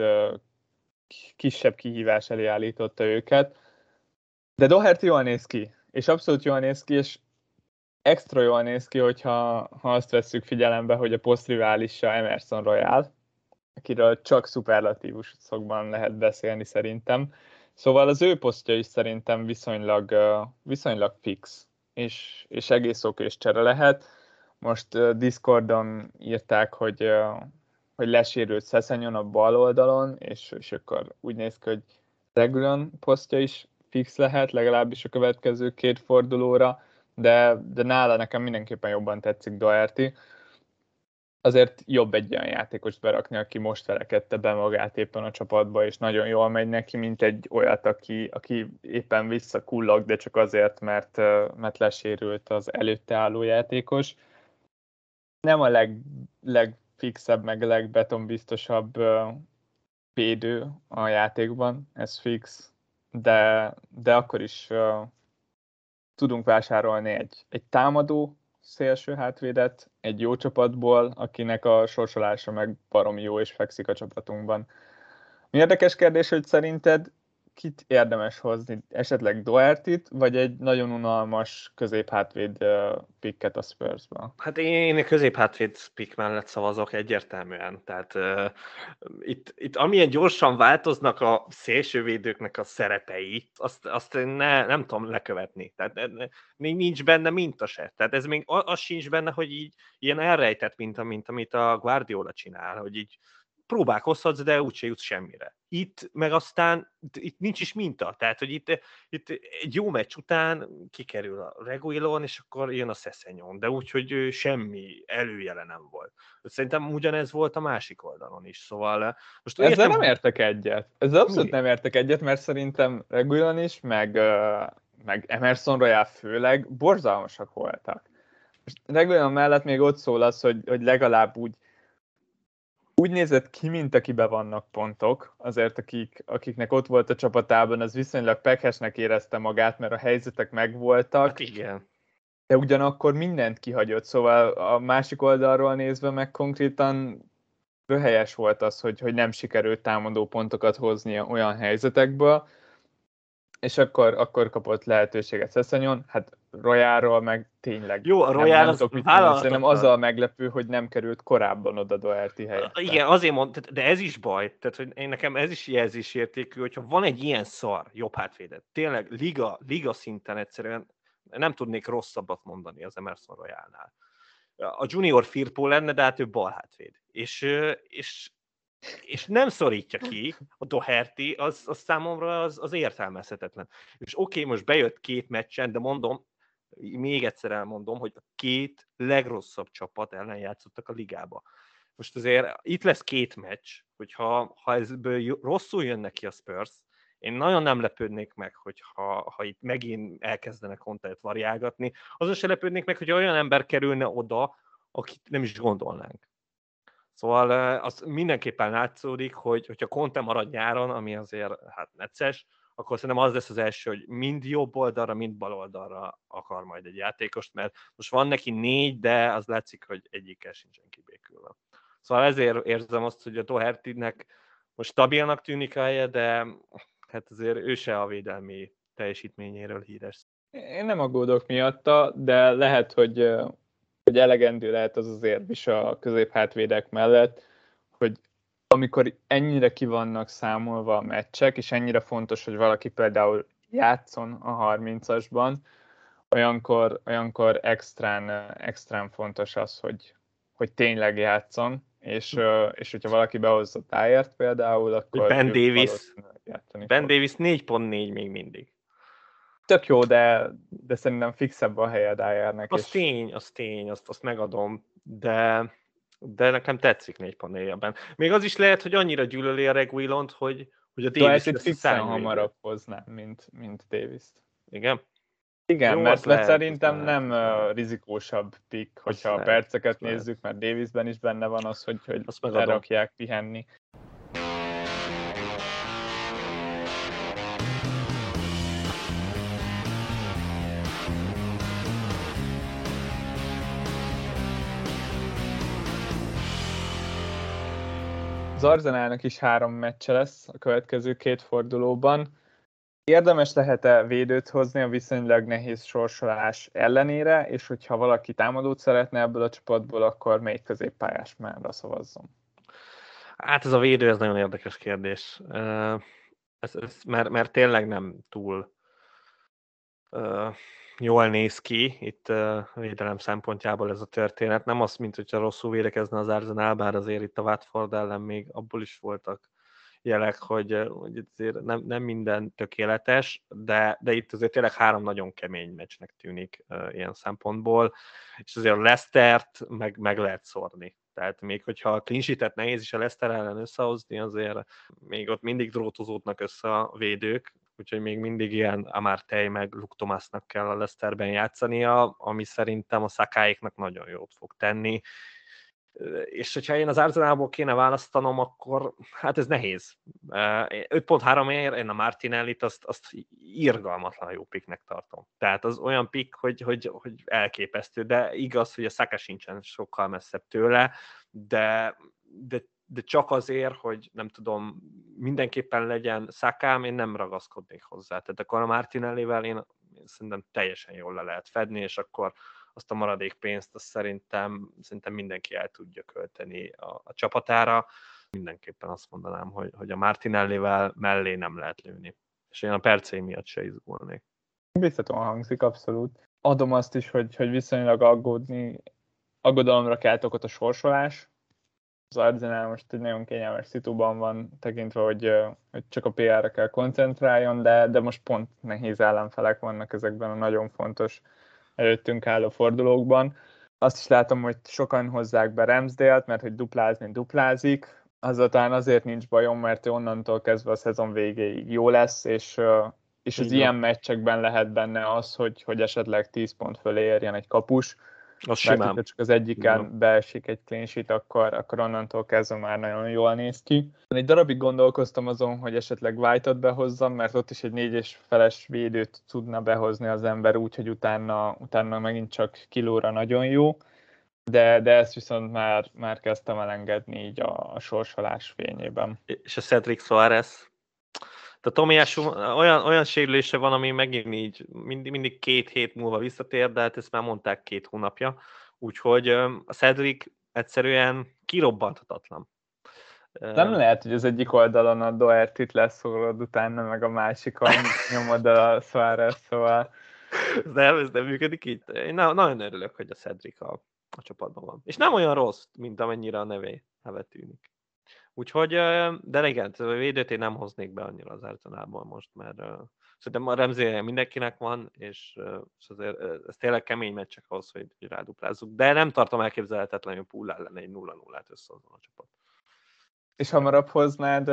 kisebb kihívás elé állította őket, de Doherty jól néz ki, és abszolút jól néz ki, és extra jól néz ki, ha azt vesszük figyelembe, hogy a posztriválisa Emerson Royal, akiről csak szuperlatívusokban lehet beszélni szerintem. Szóval az ő posztja is szerintem viszonylag fix, és egész okés csere lehet. Most Discordon írták, hogy lesérült Sessegnon a bal oldalon, és akkor úgy néz ki, hogy Reguilon posztja is fix lehet, legalábbis a következő 2 fordulóra, de nála nekem mindenképpen jobban tetszik Doherty. Azért jobb egy olyan játékost berakni, aki most verekedte be magát éppen a csapatba, és nagyon jól megy neki, mint egy olyat, aki éppen visszakullog, de csak azért, mert lesérült az előtte álló játékos. Nem a legfixebb, meg a legbetonbiztosabb védő a játékban, ez fix, de akkor is tudunk vásárolni egy támadó szélső hátvédet egy jó csapatból, akinek a sorsolása meg baromi jó és fekszik a csapatunkban. Mi érdekes kérdés, hogy szerinted kit érdemes hozni? Esetleg Dohertyt, vagy egy nagyon unalmas középhátvéd picket a Spursba? Hát én a középhátvéd pick mellett szavazok egyértelműen. Tehát itt amilyen gyorsan változnak a szélsővédőknek a szerepei, azt nem tudom lekövetni. Tehát nincs benne minta se. Tehát ez még az sincs benne, hogy így ilyen elrejtett minta, mint amit a Guardiola csinál, hogy így próbálkozhatsz, de úgyse jutsz semmire. Itt meg aztán itt nincs is minta, tehát hogy itt egy jó meccs után kikerül a Reguilon, és akkor jön a Sessegnon, de úgyhogy semmi előjele nem volt. Szerintem ugyanez volt a másik oldalon is, szóval most Ezzel értem, nem értek egyet. Ezzel abszolút nem értek egyet, mert szerintem Reguilon is, meg Emerson Royal főleg borzalmasak voltak. Most Reguilon mellett még ott szól az, hogy legalább úgy nézett ki, mint akibe vannak pontok, azért akiknek ott volt a csapatában, az viszonylag pekesnek érezte magát, mert a helyzetek megvoltak. Hát igen. De ugyanakkor mindent kihagyott, szóval a másik oldalról nézve meg konkrétan röhelyes volt az, hogy nem sikerült támadó pontokat hoznia olyan helyzetekből, és akkor kapott lehetőséget Sessegnon, hát Royalról meg tényleg jó, a Royal nem tudok mit mondani, szerintem azzal meglepő, hogy nem került korábban oda Doherty helyette. Igen, azért mondtam, de ez is baj, tehát hogy nekem ez is jelzésértékű, hogyha van egy ilyen szar jobb hátvédet, tényleg liga szinten egyszerűen nem tudnék rosszabbat mondani az Emerson Royalnál. A Junior Firpo lenne, de hát ő bal hátvéd. És nem szorítja ki a Doherty, az számomra az értelmezhetetlen. És oké, most bejött 2 meccsen, de mondom, még egyszer elmondom, hogy a 2 legrosszabb csapat ellen játszottak a ligába. Most azért itt lesz 2 meccs, hogyha ebből rosszul jön neki a Spurs, én nagyon nem lepődnék meg, ha itt megint elkezdenek Conte-t variálgatni. Azon se lepődnék meg, hogy olyan ember kerülne oda, akit nem is gondolnánk. Szóval az mindenképpen látszódik, hogyha Conte marad nyáron, ami azért hát necces, akkor szerintem az lesz az első, hogy mind jobb oldalra, mind bal oldalra akar majd egy játékost, mert most van neki 4, de az látszik, hogy egyikkel sincsen kibékülve. Szóval ezért érzem azt, hogy a Doherty-nek most stabilnak tűnik a helye, de hát azért ő se a védelmi teljesítményéről híres. Én nem aggódok miatta, de lehet, hogy elegendő lehet az érv is a középhátvédek mellett, hogy amikor ennyire ki vannak számolva a meccsek, és ennyire fontos, hogy valaki például játszon a 30-asban, olyankor extrán fontos az, hogy tényleg játszon, és hogyha valaki behozza Dyert például, akkor Ben Davis, játszani Ben fog. Davis 4.4 még mindig. Tök jó, de szerintem fixebb a helye Dyernek. Az tény, azt megadom, de nekem tetszik 4.4-ben. Még az is lehet, hogy annyira gyűlöli a Reguilont, hogy a Davis itt lesz a fixen szárnyvédő. hamarabb hoznám, mint Davis-t. Igen? Igen, Jó, mert lehet, szerintem lehet. nem rizikósabb pick, hogyha Azt a perceket lehet. nézzük, mert Davisben is benne van az, hogy Azt lerakják pihenni. Az Arsenalnak is 3 meccse lesz a következő 2 fordulóban. Érdemes lehet-e védőt hozni a viszonylag nehéz sorsolás ellenére, és hogyha valaki támadót szeretne ebből a csapatból, akkor melyik középpályás mellett szavazzon? Hát ez a védő, ez nagyon érdekes kérdés. Mert tényleg nem túl jól néz ki itt védelem szempontjából ez a történet. Nem az, mint hogyha rosszul védekezne az Arsenal, bár azért itt a Watford ellen még abból is voltak jelek, hogy azért nem minden tökéletes, de itt azért tényleg 3 nagyon kemény meccsnek tűnik ilyen szempontból, és azért a Leicestert meg lehet szórni. Tehát még hogyha a clean sheetet nehéz is a Leicester ellen összehozni, azért még ott mindig drótozódnak össze a védők, úgyhogy még mindig ilyen Amartey meg Luke Thomasnak kell a Leicesterben játszania, ami szerintem a Sakáéknak nagyon jót fog tenni. És hogyha én az Arsenalból kéne választanom, akkor hát ez nehéz. 5.3-ért én a Martinellit azt irgalmatlan jó picknek tartom. Tehát az olyan pick, hogy elképesztő, de igaz, hogy a Saka sincsen sokkal messzebb tőle, de csak azért, hogy nem tudom, mindenképpen legyen Sakám, én nem ragaszkodnék hozzá. Tehát akkor a Martinellivel én szerintem teljesen jól le lehet fedni, és akkor azt a maradék pénzt azt szerintem mindenki el tudja költeni a csapatára. Mindenképpen azt mondanám, hogy a Martinellivel mellé nem lehet lőni. És én a percei miatt se izgulnék. Biztatóan hangzik, abszolút. Adom azt is, hogy viszonylag aggodalomra kelt okot a sorsolás. Az Arsenal most egy nagyon kényelmes szituban van, tekintve, hogy csak a PR-ra kell koncentráljon, de most pont nehéz ellenfelek vannak ezekben a nagyon fontos előttünk álló fordulókban. Azt is látom, hogy sokan hozzák be Ramsdale-t, mert hogy duplázik. Azután azért nincs bajom, mert onnantól kezdve a szezon végéig jó lesz, és az ilyen meccsekben lehet benne az, hogy esetleg 10 pont fölé érjen egy kapus. Az mert simán. hogyha csak az egyiken beesik egy clean sheet, akkor onnantól kezdve már nagyon jól néz ki. Egy darabig gondolkoztam azon, hogy esetleg White-ot behozzam, mert ott is egy 4,5-es védőt tudna behozni az ember úgy, hogy utána megint csak kilóra nagyon jó, de ezt viszont már kezdtem elengedni így a sorsolás fényében. És a Cedric Soares? A Tomiyasu olyan sérülése van, ami megint így mindig 2 hét múlva visszatér, de hát ezt már mondták 2 hónapja. Úgyhogy a Cedric egyszerűen kirobbanhatatlan. Nem lehet, hogy az egyik oldalon a Doherty-t leszólod, utána meg a másikon nyomod a Suárez, szóval... Ez nem működik így. Én nagyon örülök, hogy a Cedric a csapatban van. És nem olyan rossz, mint amennyire a neve tűnik. Úgyhogy, de igen, a védőt én nem hoznék be annyira az Arsenalból most, mert szerintem a Ramsey mindenkinek van, és azért ez tényleg kemény meccsek ahhoz, hogy ráduplázzuk. De nem tartom elképzelhetetlenül, hogy Pool ellen egy 0-0-át összehozzon a csapat. És hamarabb hoznád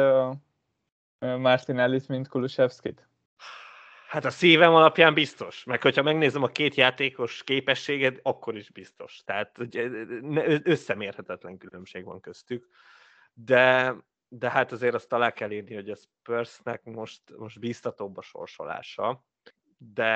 Martinellit, mint Kulusevskit? Hát a szívem alapján biztos, meg hogyha megnézem a 2 játékos képességet, akkor is biztos. Tehát összemérhetetlen különbség van köztük. De de hát azért azt alá kell írni, hogy a Spursnek most bíztatóbb a sorsolása, de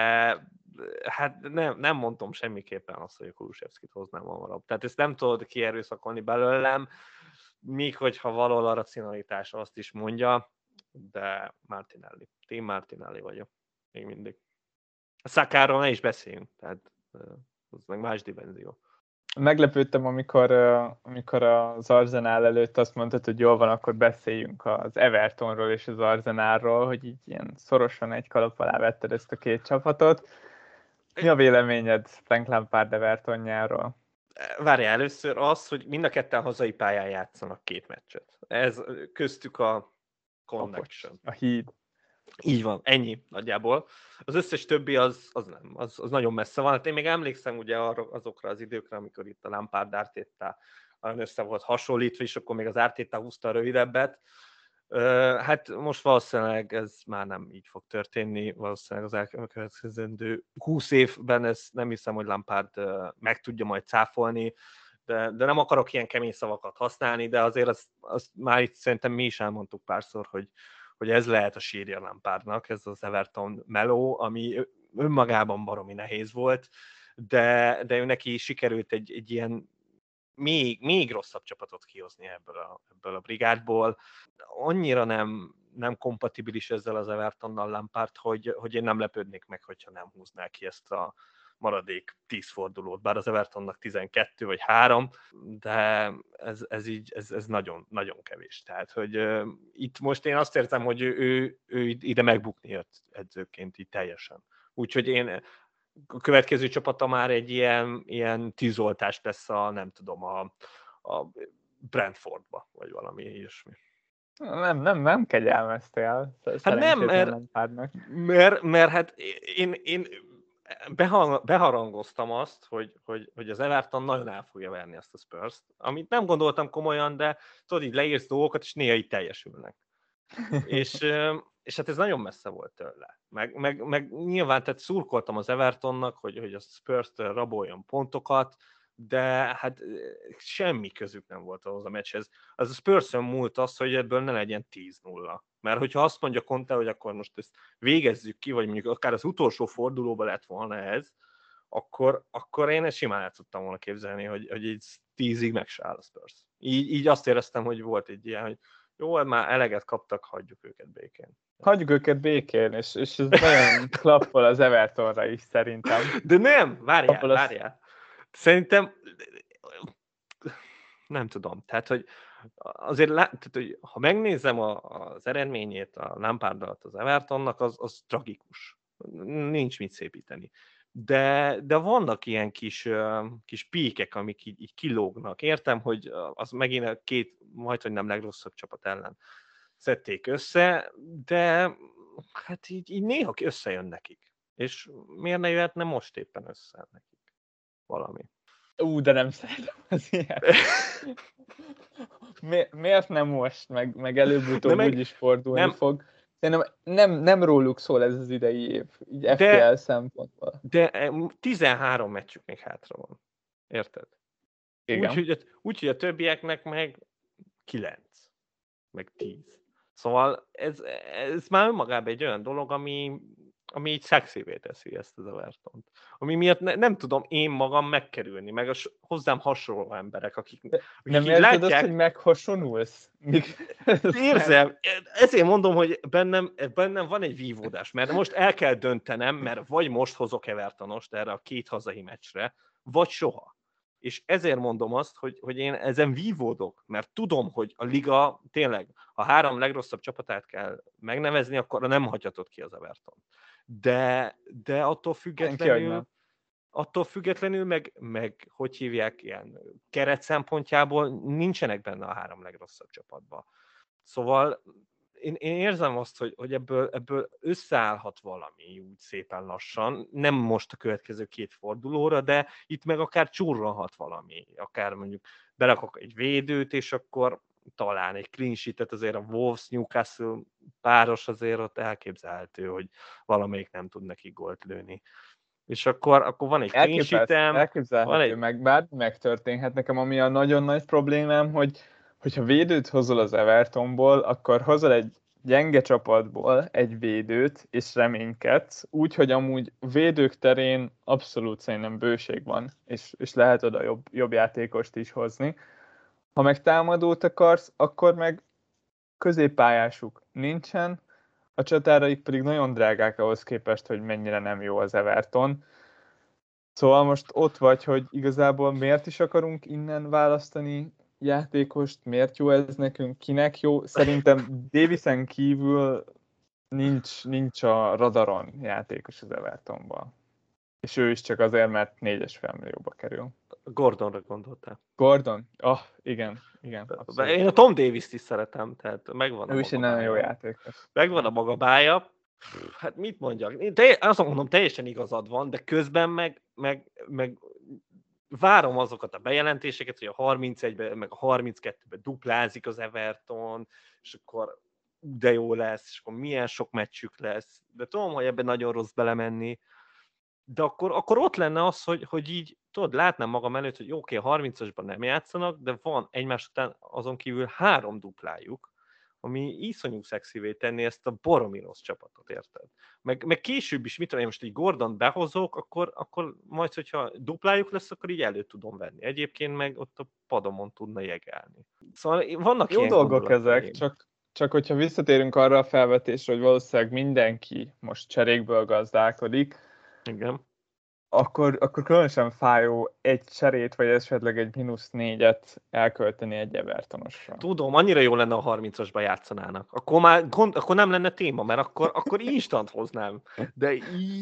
hát nem mondom semmiképpen azt, hogy a Kulusevskit hoznám hamarabb. Tehát ezt nem tudod kierőszakolni belőlem, míg hogyha valahol a racionalitás azt is mondja, de Martinelli. Team Martinelli vagyok. Még mindig. A Szakáról ne is beszéljünk, tehát az meg más dimenzió. Meglepődtem, amikor az Arsenal előtt azt mondtad, hogy jól van, akkor beszéljünk az Evertonról és az Arsenalról, hogy így ilyen szorosan egy kalap alá vetted ezt a két csapatot. Mi a véleményed Frank Lampard Evertonjáról? Várjál, először az, hogy mind a ketten hazai pályán játszanak két meccset. Ez köztük a connection. A híd. Így van, ennyi nagyjából. Az összes többi az nem, az nagyon messze van. Hát én még emlékszem ugye azokra az időkre, amikor itt a Lampard Arteta össze volt hasonlítva, és akkor még az Arteta húzta a rövidebbet. Hát most valószínűleg ez már nem így fog történni, valószínűleg az elkövetkezendő 20 évben ez nem hiszem, hogy Lampard meg tudja majd cáfolni, de nem akarok ilyen kemény szavakat használni, de azért azt már itt szerintem mi is elmondtuk párszor, hogy ez lehet a sírja Lampardnak, ez az Everton meló, ami önmagában baromi nehéz volt, de ő neki sikerült egy ilyen még rosszabb csapatot kihozni ebből a brigádból. Annyira nem kompatibilis ezzel az Evertonnal Lampard, hogy én nem lepődnék meg, hogyha nem húzná ki ezt a maradék 10 fordulót, bár az Evertonnak 12 vagy 3, de ez nagyon, nagyon kevés. Tehát, hogy itt most én azt érzem, hogy ő ide megbukni jött edzőként így teljesen. Úgyhogy én a következő csapata már egy ilyen tűzoltás lesz nem tudom, a Brentfordba, vagy valami ilyesmi. Nem kegyelmeztél. Hát nem, mert hát én beharangoztam azt, hogy az Everton nagyon el fogja verni ezt a Spurs-t, amit nem gondoltam komolyan, de tudod, így leírsz dolgokat, és néha így teljesülnek. És hát ez nagyon messze volt tőle. Meg nyilván tehát szurkoltam az Evertonnak, hogy a Spurs-től raboljon pontokat, de hát semmi közük nem volt ahhoz a meccshez. Az a Spurs-ön múlt az, hogy ebből ne legyen 10-0. Mert hogyha azt mondja Conte, hogy akkor most ezt végezzük ki, vagy mondjuk akár az utolsó fordulóba lett volna ez, akkor én ezt simán el tudtam volna képzelni, hogy így 10-ig meg se áll a Spurs. Így azt éreztem, hogy volt egy ilyen, hogy jó, már eleget kaptak, hagyjuk őket békén. Hagyjuk őket békén, és ez nagyon klappol az Evertonra is szerintem. De nem, várjál. Szerintem nem tudom. Tehát, hogy azért, tehát, hogy ha megnézem az eredményét a Lampard alatt az Evertonnak, az tragikus. Nincs mit szépíteni. De vannak ilyen kis píkek, amik így kilógnak. Értem, hogy az megint a két majdhogy nem legrosszabb csapat ellen szedték össze, de hát így néha összejön nekik. És miért ne jöhetne most éppen össze nekik valami? De nem szeretem az ilyen. Miért nem most? Meg előbb-utóbb úgyis fordulni fog. Szerintem nem róluk szól ez az idei év, így FPL szempontból. De 13 meccsük még hátra van. Érted? Úgy, hogy a többieknek meg 9, meg 10. Szóval ez már önmagában egy olyan dolog, ami így szexivé teszi ezt az Evertont. Ami miatt nem tudom én magam megkerülni, meg hozzám hasonló emberek, akik nem érzed látják... azt, hogy meghasonulsz? Érzem. Ezért mondom, hogy bennem van egy vívódás, mert most el kell döntenem, mert vagy most hozok Evertonost erre a két hazai meccsre, vagy soha. És ezért mondom azt, hogy én ezen vívódok, mert tudom, hogy a liga tényleg, ha 3 legrosszabb csapatát kell megnevezni, akkor nem hagyhatod ki az Everton. De attól függetlenül meg hogy hívják, ilyen keret szempontjából nincsenek benne a 3 legrosszabb csapatban. Szóval én érzem azt, hogy ebből összeállhat valami úgy szépen lassan, nem most a következő 2 fordulóra, de itt meg akár csurranhat valami, akár mondjuk berakok egy védőt, és akkor talán egy clean sheet-et, azért a Wolves-Newcastle páros azért ott elképzelhető, hogy valamelyik nem tud neki gólt lőni. És akkor van egy clean sheet-em. Elképzelhető, meg bármi megtörténhet. Nekem ami a nagyon nagy problémám, hogy hogyha védőt hozol az Evertonból, akkor hozol egy gyenge csapatból egy védőt, és reménykedsz, úgyhogy amúgy védők terén abszolút szerintem bőség van, és lehet oda jobb játékost is hozni. Ha meg támadót akarsz, akkor meg középpályásuk nincsen, a csatáraik pedig nagyon drágák ahhoz képest, hogy mennyire nem jó az Everton. Szóval most ott vagy, hogy igazából miért is akarunk innen választani játékost, miért jó ez nekünk, kinek jó. Szerintem Davisen kívül nincs a radaron játékos az Evertonban. És ő is csak azért, mert 4,5 millióba kerül. Gordonra gondoltál. Gordon? Igen, abszolút. Én a Tom Davis-t is szeretem, tehát megvan Ő is egy nagyon jó játékos. Megvan a maga bája. Hát mit mondjak? Azt mondom, teljesen igazad van, de közben meg várom azokat a bejelentéseket, hogy a 31-ben, meg a 32-ben duplázik az Everton, és akkor de jó lesz, és akkor milyen sok meccsük lesz. De tudom, hogy ebben nagyon rossz belemenni. De akkor ott lenne az, hogy így, tudod, látnám magam előtt, hogy oké, a 30-asban nem játszanak, de van egymás után azon kívül 3 duplájuk, ami iszonyú szexivé tenni ezt a baromi rossz csapatot, érted? Meg később is, mit tudom én, most egy Gordont behozok, akkor majd, hogyha duplájuk lesz, akkor így elő tudom venni. Egyébként meg ott a padomon tudna jegelni. Szóval vannak jó ilyen dolgok ezek, gondolataim. csak hogyha visszatérünk arra a felvetésre, hogy valószínűleg mindenki most cserékből gazdálkodik, Igen. akkor különösen fájó egy cserét, vagy esetleg egy -4-et elkölteni egy Evertonosra. Tudom, annyira jó lenne, a 30-asba játszanának. Akkor nem lenne téma, mert akkor instant hoznám. De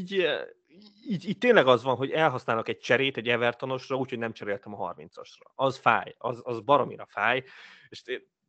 így tényleg az van, hogy elhasználnak egy cserét egy Evertonosra, úgyhogy nem cseréltem a 30-asra. Az fáj, az baromira fáj, és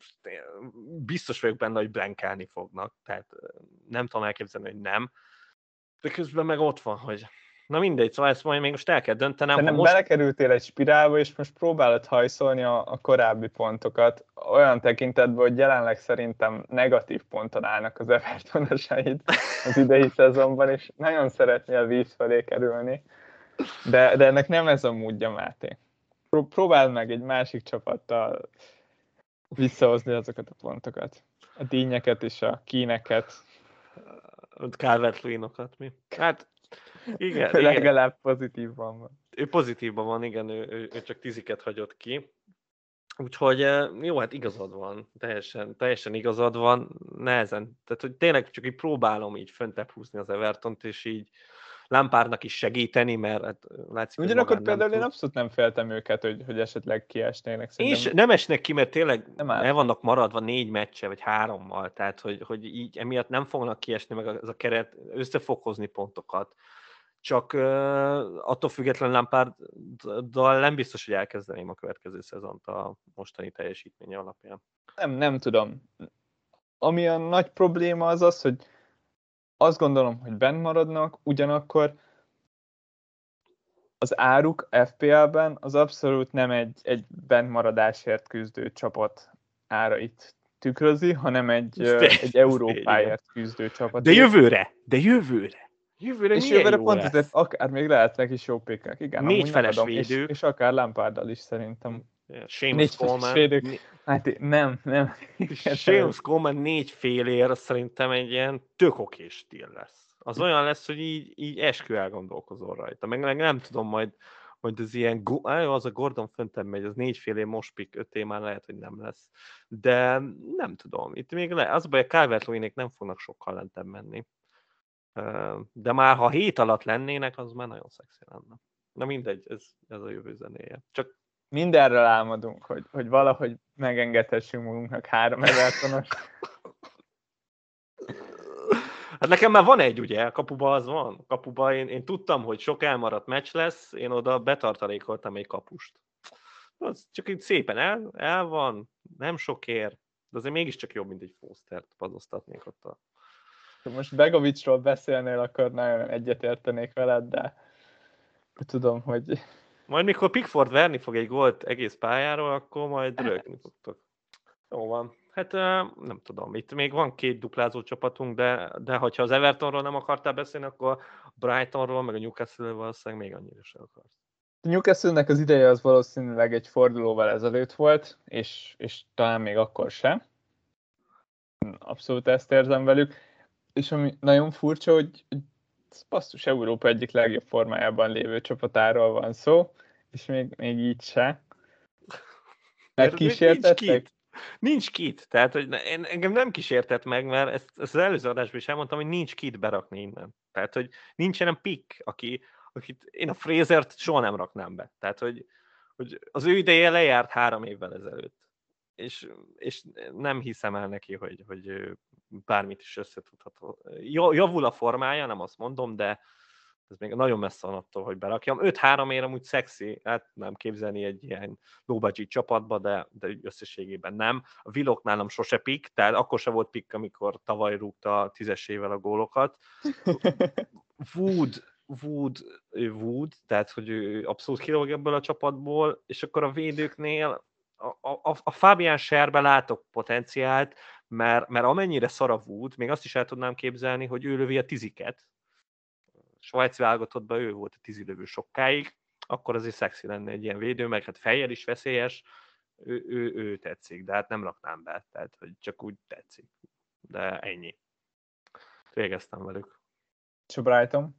biztos vagyok benne, hogy blankálni fognak. Tehát nem tudom elképzelni, hogy nem. De közben meg ott van, hogy na mindegy, szóval ezt majd még most el kell döntenem. Szerintem belekerültél egy spirálba, és most próbálod hajszolni a korábbi pontokat olyan tekintetben, hogy jelenleg szerintem negatív ponton állnak az Evertonosaid az idei szezonban, és nagyon szeretnél víz felé kerülni. De ennek nem ez a módja, Máté. Próbáld meg egy másik csapattal visszahozni azokat a pontokat. A dínyeket és a kíneket. Calvert-Lewinokat, mi? Hát igen. Legalább pozitívban van. Ő pozitívban van, igen, ő csak 10-et hagyott ki. Úgyhogy jó, hát igazad van, teljesen igazad van, nehezen. Tehát, hogy tényleg csak így próbálom így föntebb húzni az Evertont, és így Lampardnak is segíteni, mert hát látszik, hogy ugyanakkor magán például nem én tud. abszolút nem féltem őket, hogy esetleg kiesnének. Én is nem esnek ki, mert tényleg Nem el vannak maradva 4 meccse, vagy 3-mal, tehát hogy így emiatt nem fognak kiesni, meg ez a keret össze fog hozni pontokat. Csak attól függetlenül Lamparddal nem biztos, hogy elkezdeném a következő szezont a mostani teljesítménye alapján. Nem tudom. Ami a nagy probléma az, hogy azt gondolom, hogy benn maradnak, ugyanakkor az áruk FPL-ben az abszolút nem egy bennmaradásért küzdő csapat árait tükrözi, hanem egy Európáért küzdő csapat. De jövőre! És jövőre pont ezért akár még lehetnek is jó pékek. Igen, 4 feles védők. És akár Lampárddal is szerintem. Seamus Coleman. Hát nem. Seamus Coleman 4 félér szerintem egy ilyen tök okés stíl lesz. Az olyan lesz, hogy így eskü elgondolkozol rajta. Meg nem tudom, majd ez ilyen, az a Gordon föntebb megy, az 4 félér most pick 5 már lehet, hogy nem lesz. De nem tudom. Itt még az a baj, a Calvert-Lewinnék nem fognak sokkal lentebb menni. De már ha 7 alatt lennének, az már nagyon szexi lenne. Na mindegy, ez a jövő zenéje. Csak mindenről álmodunk, hogy valahogy megengedhessünk magunknak 3 Evertonos. Hát nekem már van egy, ugye, kapuba az van. Kapuba én tudtam, hogy sok elmaradt meccs lesz, én oda betartalékoltam egy kapust. Az csak így szépen el van, nem sokért, de azért mégiscsak jobb, mint egy Fostert padoztatnék ott a... Most Begovicsról beszélnél, akkor nagyon egyetértenék veled, de tudom, hogy... Majd mikor Pickford verni fog egy gólt egész pályáról, akkor majd rögni fogtok. Jó van. Hát nem tudom, itt még van 2 duplázó csapatunk, de hogyha az Evertonról nem akartál beszélni, akkor Brightonról, meg a Newcastle-ről valószínűleg még annyira sem akarsz. Newcastle-nek az ideje az valószínűleg egy fordulóval ezelőtt volt, és talán még akkor sem. Abszolút ezt érzem velük. És ami nagyon furcsa, hogy basszus Európa egyik legjobb formájában lévő csapatáról van szó, és még így se. Megkísértettek? Nincs kit. Tehát, hogy engem nem kísértett meg, mert ezt az előző adásban is elmondtam, hogy nincs kit berakni innen. Tehát, hogy nincsen pick, akit én a Frasert soha nem raknám be. Tehát, hogy az ő ideje lejárt 3 évvel ezelőtt. És nem hiszem el neki, hogy bármit is összetudható. Javul a formája, nem azt mondom, de ez még nagyon messze van attól, hogy berakjam. 5-3 ér amúgy szexi, hát nem képzelni egy ilyen low-budget csapatba, de összességében nem. A Willock nálam sose pick, tehát akkor se volt pick, amikor tavaly rúgta 10-esével a gólokat. Wood, tehát hogy ő abszolút kilóg ebből a csapatból, és akkor a védőknél a Fabian Scherbe látok potenciált, mert amennyire szar a Wood, még azt is el tudnám képzelni, hogy ő lövi a tiziket. Svájci válogatottban ő volt a tizilövő sokáig, akkor azért szexi lenne egy ilyen védő, meg hát fejjel is veszélyes, ő tetszik, de hát nem raknám be, tehát hogy csak úgy tetszik. De ennyi. Végeztem velük. És a Brighton?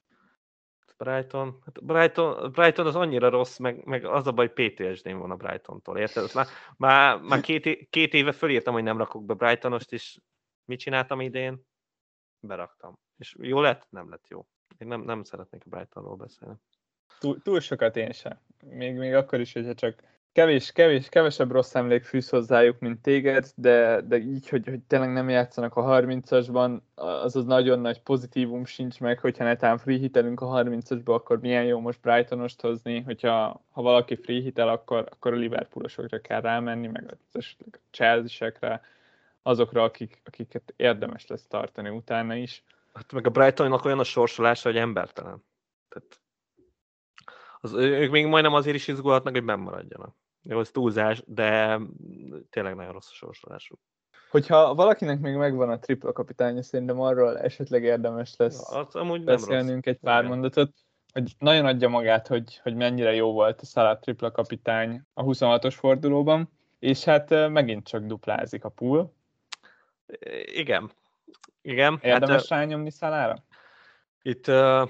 Brighton az annyira rossz, meg az a baj, PTSD-n van a Brightontól, érted? Már két éve fölírtam, hogy nem rakok be Brightonost, és mit csináltam idén? Beraktam. És jó lett? Nem lett jó. Én nem szeretnék a Brightonról beszélni. Túl sokat én sem. Még akkor is, hogyha csak kevesebb rossz emlék fűz hozzájuk, mint téged, de így, hogy tényleg nem játszanak a 30-asban, az nagyon nagy pozitívum sincs meg, hogyha netán free hitelünk a 30-asba, akkor milyen jó most Brightonost hozni, hogyha valaki free hitel, akkor a Liverpoolosokra kell rámenni, meg esetleg a Chelsea-sekre, azokra, akiket érdemes lesz tartani utána is. Hát meg a Brightonnak olyan a sorsolása, hogy embertelen. Tehát ők még majdnem azért is izgulhatnak, hogy benn maradjanak. Jó, ez túlzás, de tényleg nagyon rossz a sorsolásuk. Hogyha valakinek még megvan a tripla kapitánya, szerintem arról esetleg érdemes lesz beszélnünk egy pár mondatot, hogy nagyon adja magát, hogy mennyire jó volt a Salah tripla kapitány a 26-os fordulóban, és hát megint csak duplázik a pool. Igen. Érdemes rányomni Salahra? Itt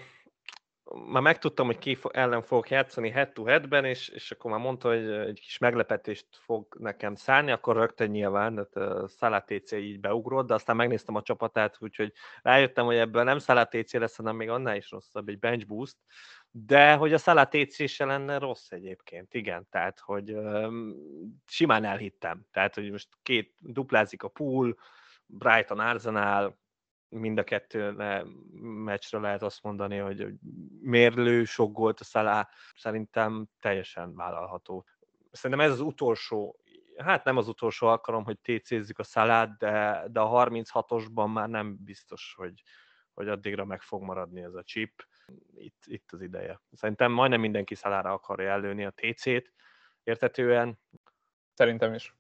már megtudtam, hogy ki ellen fogok játszani head-to-headben, és akkor már mondta, hogy egy kis meglepetést fog nekem szállni, akkor rögtön nyilván, Salah TC így beugrott, de aztán megnéztem a csapatát, úgyhogy rájöttem, hogy ebből nem Salah TC lesz, hanem még annál is rosszabb, egy bench boost, de hogy a Salah TC se lenne rossz egyébként, igen, tehát hogy simán elhittem, tehát hogy most duplázik a pool, Brighton Arsenal, mind a kettő meccsre lehet azt mondani, hogy mérlő, sok gólt a Salah, szerintem teljesen vállalható. Szerintem ez az utolsó, hát nem az utolsó alkalom, hogy TC-zzük a Salát, de a 36-osban már nem biztos, hogy addigra meg fog maradni ez a chip. Itt az ideje. Szerintem majdnem mindenki Salahra akarja előni a TC-t, érthetően. Szerintem is.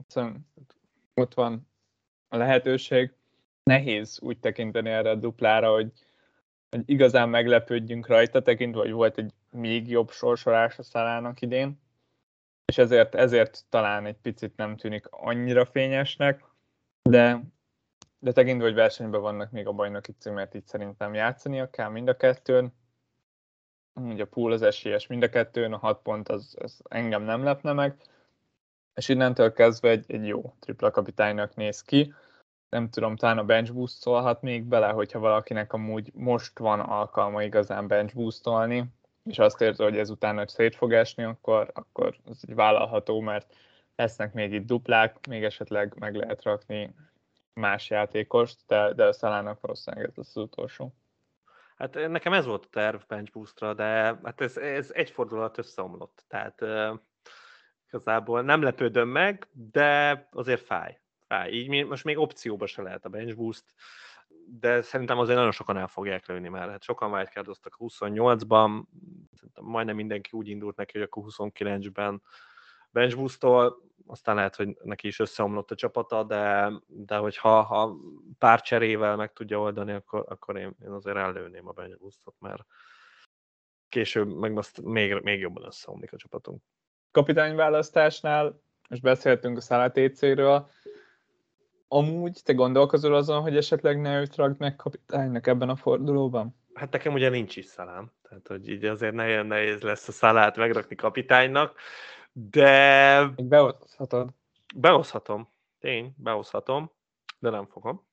Ott van a lehetőség. Nehéz úgy tekinteni erre a duplára, hogy igazán meglepődjünk rajta, tekintve, hogy volt egy még jobb sorsolás a Salahnak idén, és ezért talán egy picit nem tűnik annyira fényesnek, de tekintve, hogy versenyben vannak még a bajnoki címért, így szerintem játszania kell mind a kettőn. Ugye a pool az esélyes mind a kettőn, a 6 pont az engem nem lepne meg, és innentől kezdve egy jó tripla kapitánynak néz ki. Nem tudom, talán a bench boost szólhat még bele, hogyha valakinek amúgy most van alkalma igazán bench boostolni, és azt érzi, hogy ezután hogy szét fog esni, akkor ez egy vállalható, mert lesznek még itt duplák, még esetleg meg lehet rakni más játékost, de a Salának valószínűleg ez az utolsó. Hát nekem ez volt a terv bench boostra, de hát ez egy fordulat összeomlott, tehát igazából nem lepődöm meg, de azért fáj. Így most még opcióba se lehet a bench boost, de szerintem azért nagyon sokan el fogják lőni, mert hát sokan wildcardoztak a 28-ban, szerintem majdnem mindenki úgy indult neki, hogy akkor 29-ben bench boostol, aztán lehet, hogy neki is összeomlott a csapata, de hogyha pár cserével meg tudja oldani, akkor én azért ellőném a bench boostot, mert később meg azt még jobban összeomlik a csapatunk. Kapitányválasztásnál, most beszéltünk a Salah TC-ről, amúgy te gondolkozol azon, hogy esetleg ne őt ragd meg kapitánynak ebben a fordulóban? Hát nekem ugye nincs is Salám, tehát hogy így azért nagyon nehéz lesz a Salát megrakni kapitánynak, de... Még behozhatod. Behozhatom, behozhatom, de nem fogom.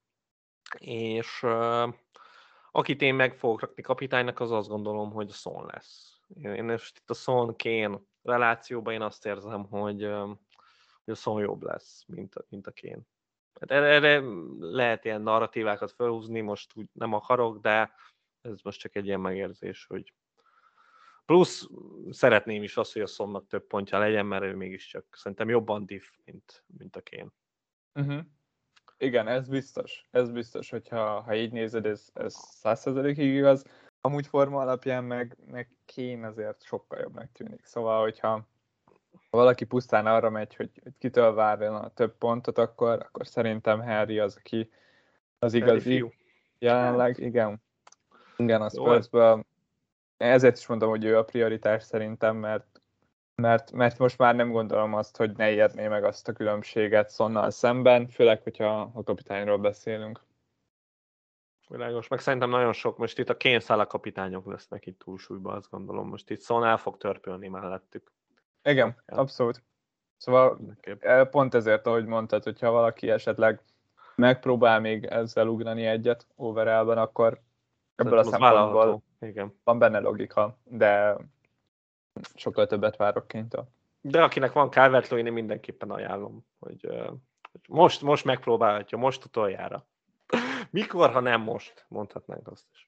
És akit én meg fogok rakni kapitánynak, az azt gondolom, hogy a Son lesz. Én most itt a Son-Kane relációban én azt érzem, hogy a Son jobb lesz, mint a Kane. Hát erre lehet ilyen narratívákat felhúzni, most úgy nem akarok, de ez most csak egy ilyen megérzés, hogy plusz szeretném is azt, hogy a Sonnak több pontja legyen, mert ő mégiscsak szerintem jobban diff, mint a Kane. Uh-huh. Igen, ez biztos, hogyha így nézed, ez 100%-ig igaz. Amúgy forma alapján meg Kane azért sokkal jobbnak tűnik. Szóval, hogyha valaki pusztán arra megy, hogy kitől várjon a több pontot, akkor szerintem Harry az, aki az igazi jelenleg. Igen, a Spursből. Ezért is mondom, hogy ő a prioritás szerintem, mert most már nem gondolom azt, hogy ne érné meg azt a különbséget Sonnal szemben, főleg, hogyha a kapitányról beszélünk. Világos, meg szerintem nagyon sok, most itt a Kane Salah kapitányok lesznek itt túlsúlyban, azt gondolom, most itt Son el fog törpölni mellettük. Igen, abszolút. Szóval pont ezért, ahogy mondtad, hogyha valaki esetleg megpróbál még ezzel ugrani egyet overallben, akkor ebből a szempontból van benne logika, de sokkal többet várok Kane-től. De akinek van Calvert-Lewin, én mindenképpen ajánlom, hogy most megpróbálhatja, most utoljára. Mikor, ha nem most, mondhatnánk azt is.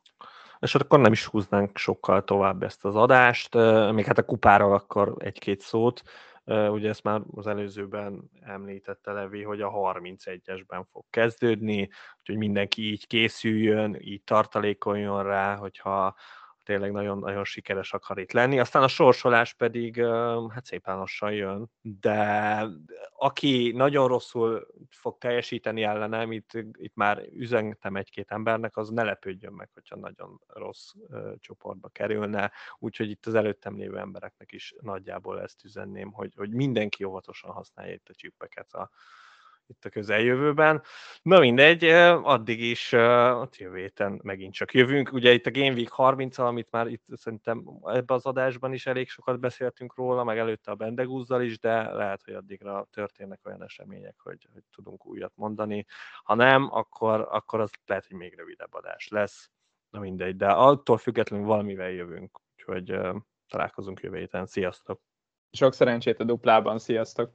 És akkor nem is húznánk sokkal tovább ezt az adást, még hát a kupáról akkor egy-két szót. Ugye ezt már az előzőben említette Levi, hogy a 31-esben fog kezdődni, úgyhogy mindenki így készüljön, így tartalékoljon rá, hogyha tényleg nagyon-nagyon sikeres akar itt lenni. Aztán a sorsolás pedig hát szépen lassan jön, de aki nagyon rosszul fog teljesíteni ellenem, itt már üzentem egy-két embernek, az ne lepődjön meg, hogyha nagyon rossz csoportba kerülne. Úgyhogy itt az előttem lévő embereknek is nagyjából ezt üzenném, hogy mindenki óvatosan használja itt a csippeket itt a közeljövőben. Na mindegy, addig is a jövő héten megint csak jövünk. Ugye itt a Game Week 30-al, amit már itt szerintem ebben az adásban is elég sokat beszéltünk róla, meg előtte a Bendegúzzal is, de lehet, hogy addigra történnek olyan események, hogy tudunk újat mondani. Ha nem, akkor az lehet, hogy még rövidebb adás lesz. Na mindegy, de attól függetlenül valamivel jövünk. Úgyhogy találkozunk jövő héten. Sziasztok! Sok szerencsét a duplában, sziasztok!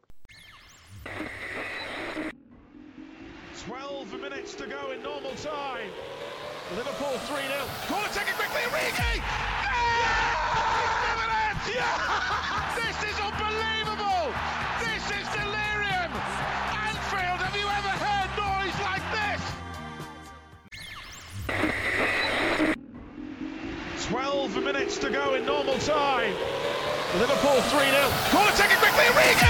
12 minutes to go in normal time. Liverpool 3-0. Corner taken quickly, Origi! Yeah! Yeah! This is unbelievable! This is delirium! Anfield, have you ever heard noise like this? 12 minutes to go in normal time. Liverpool 3-0. Corner taken quickly, Origi!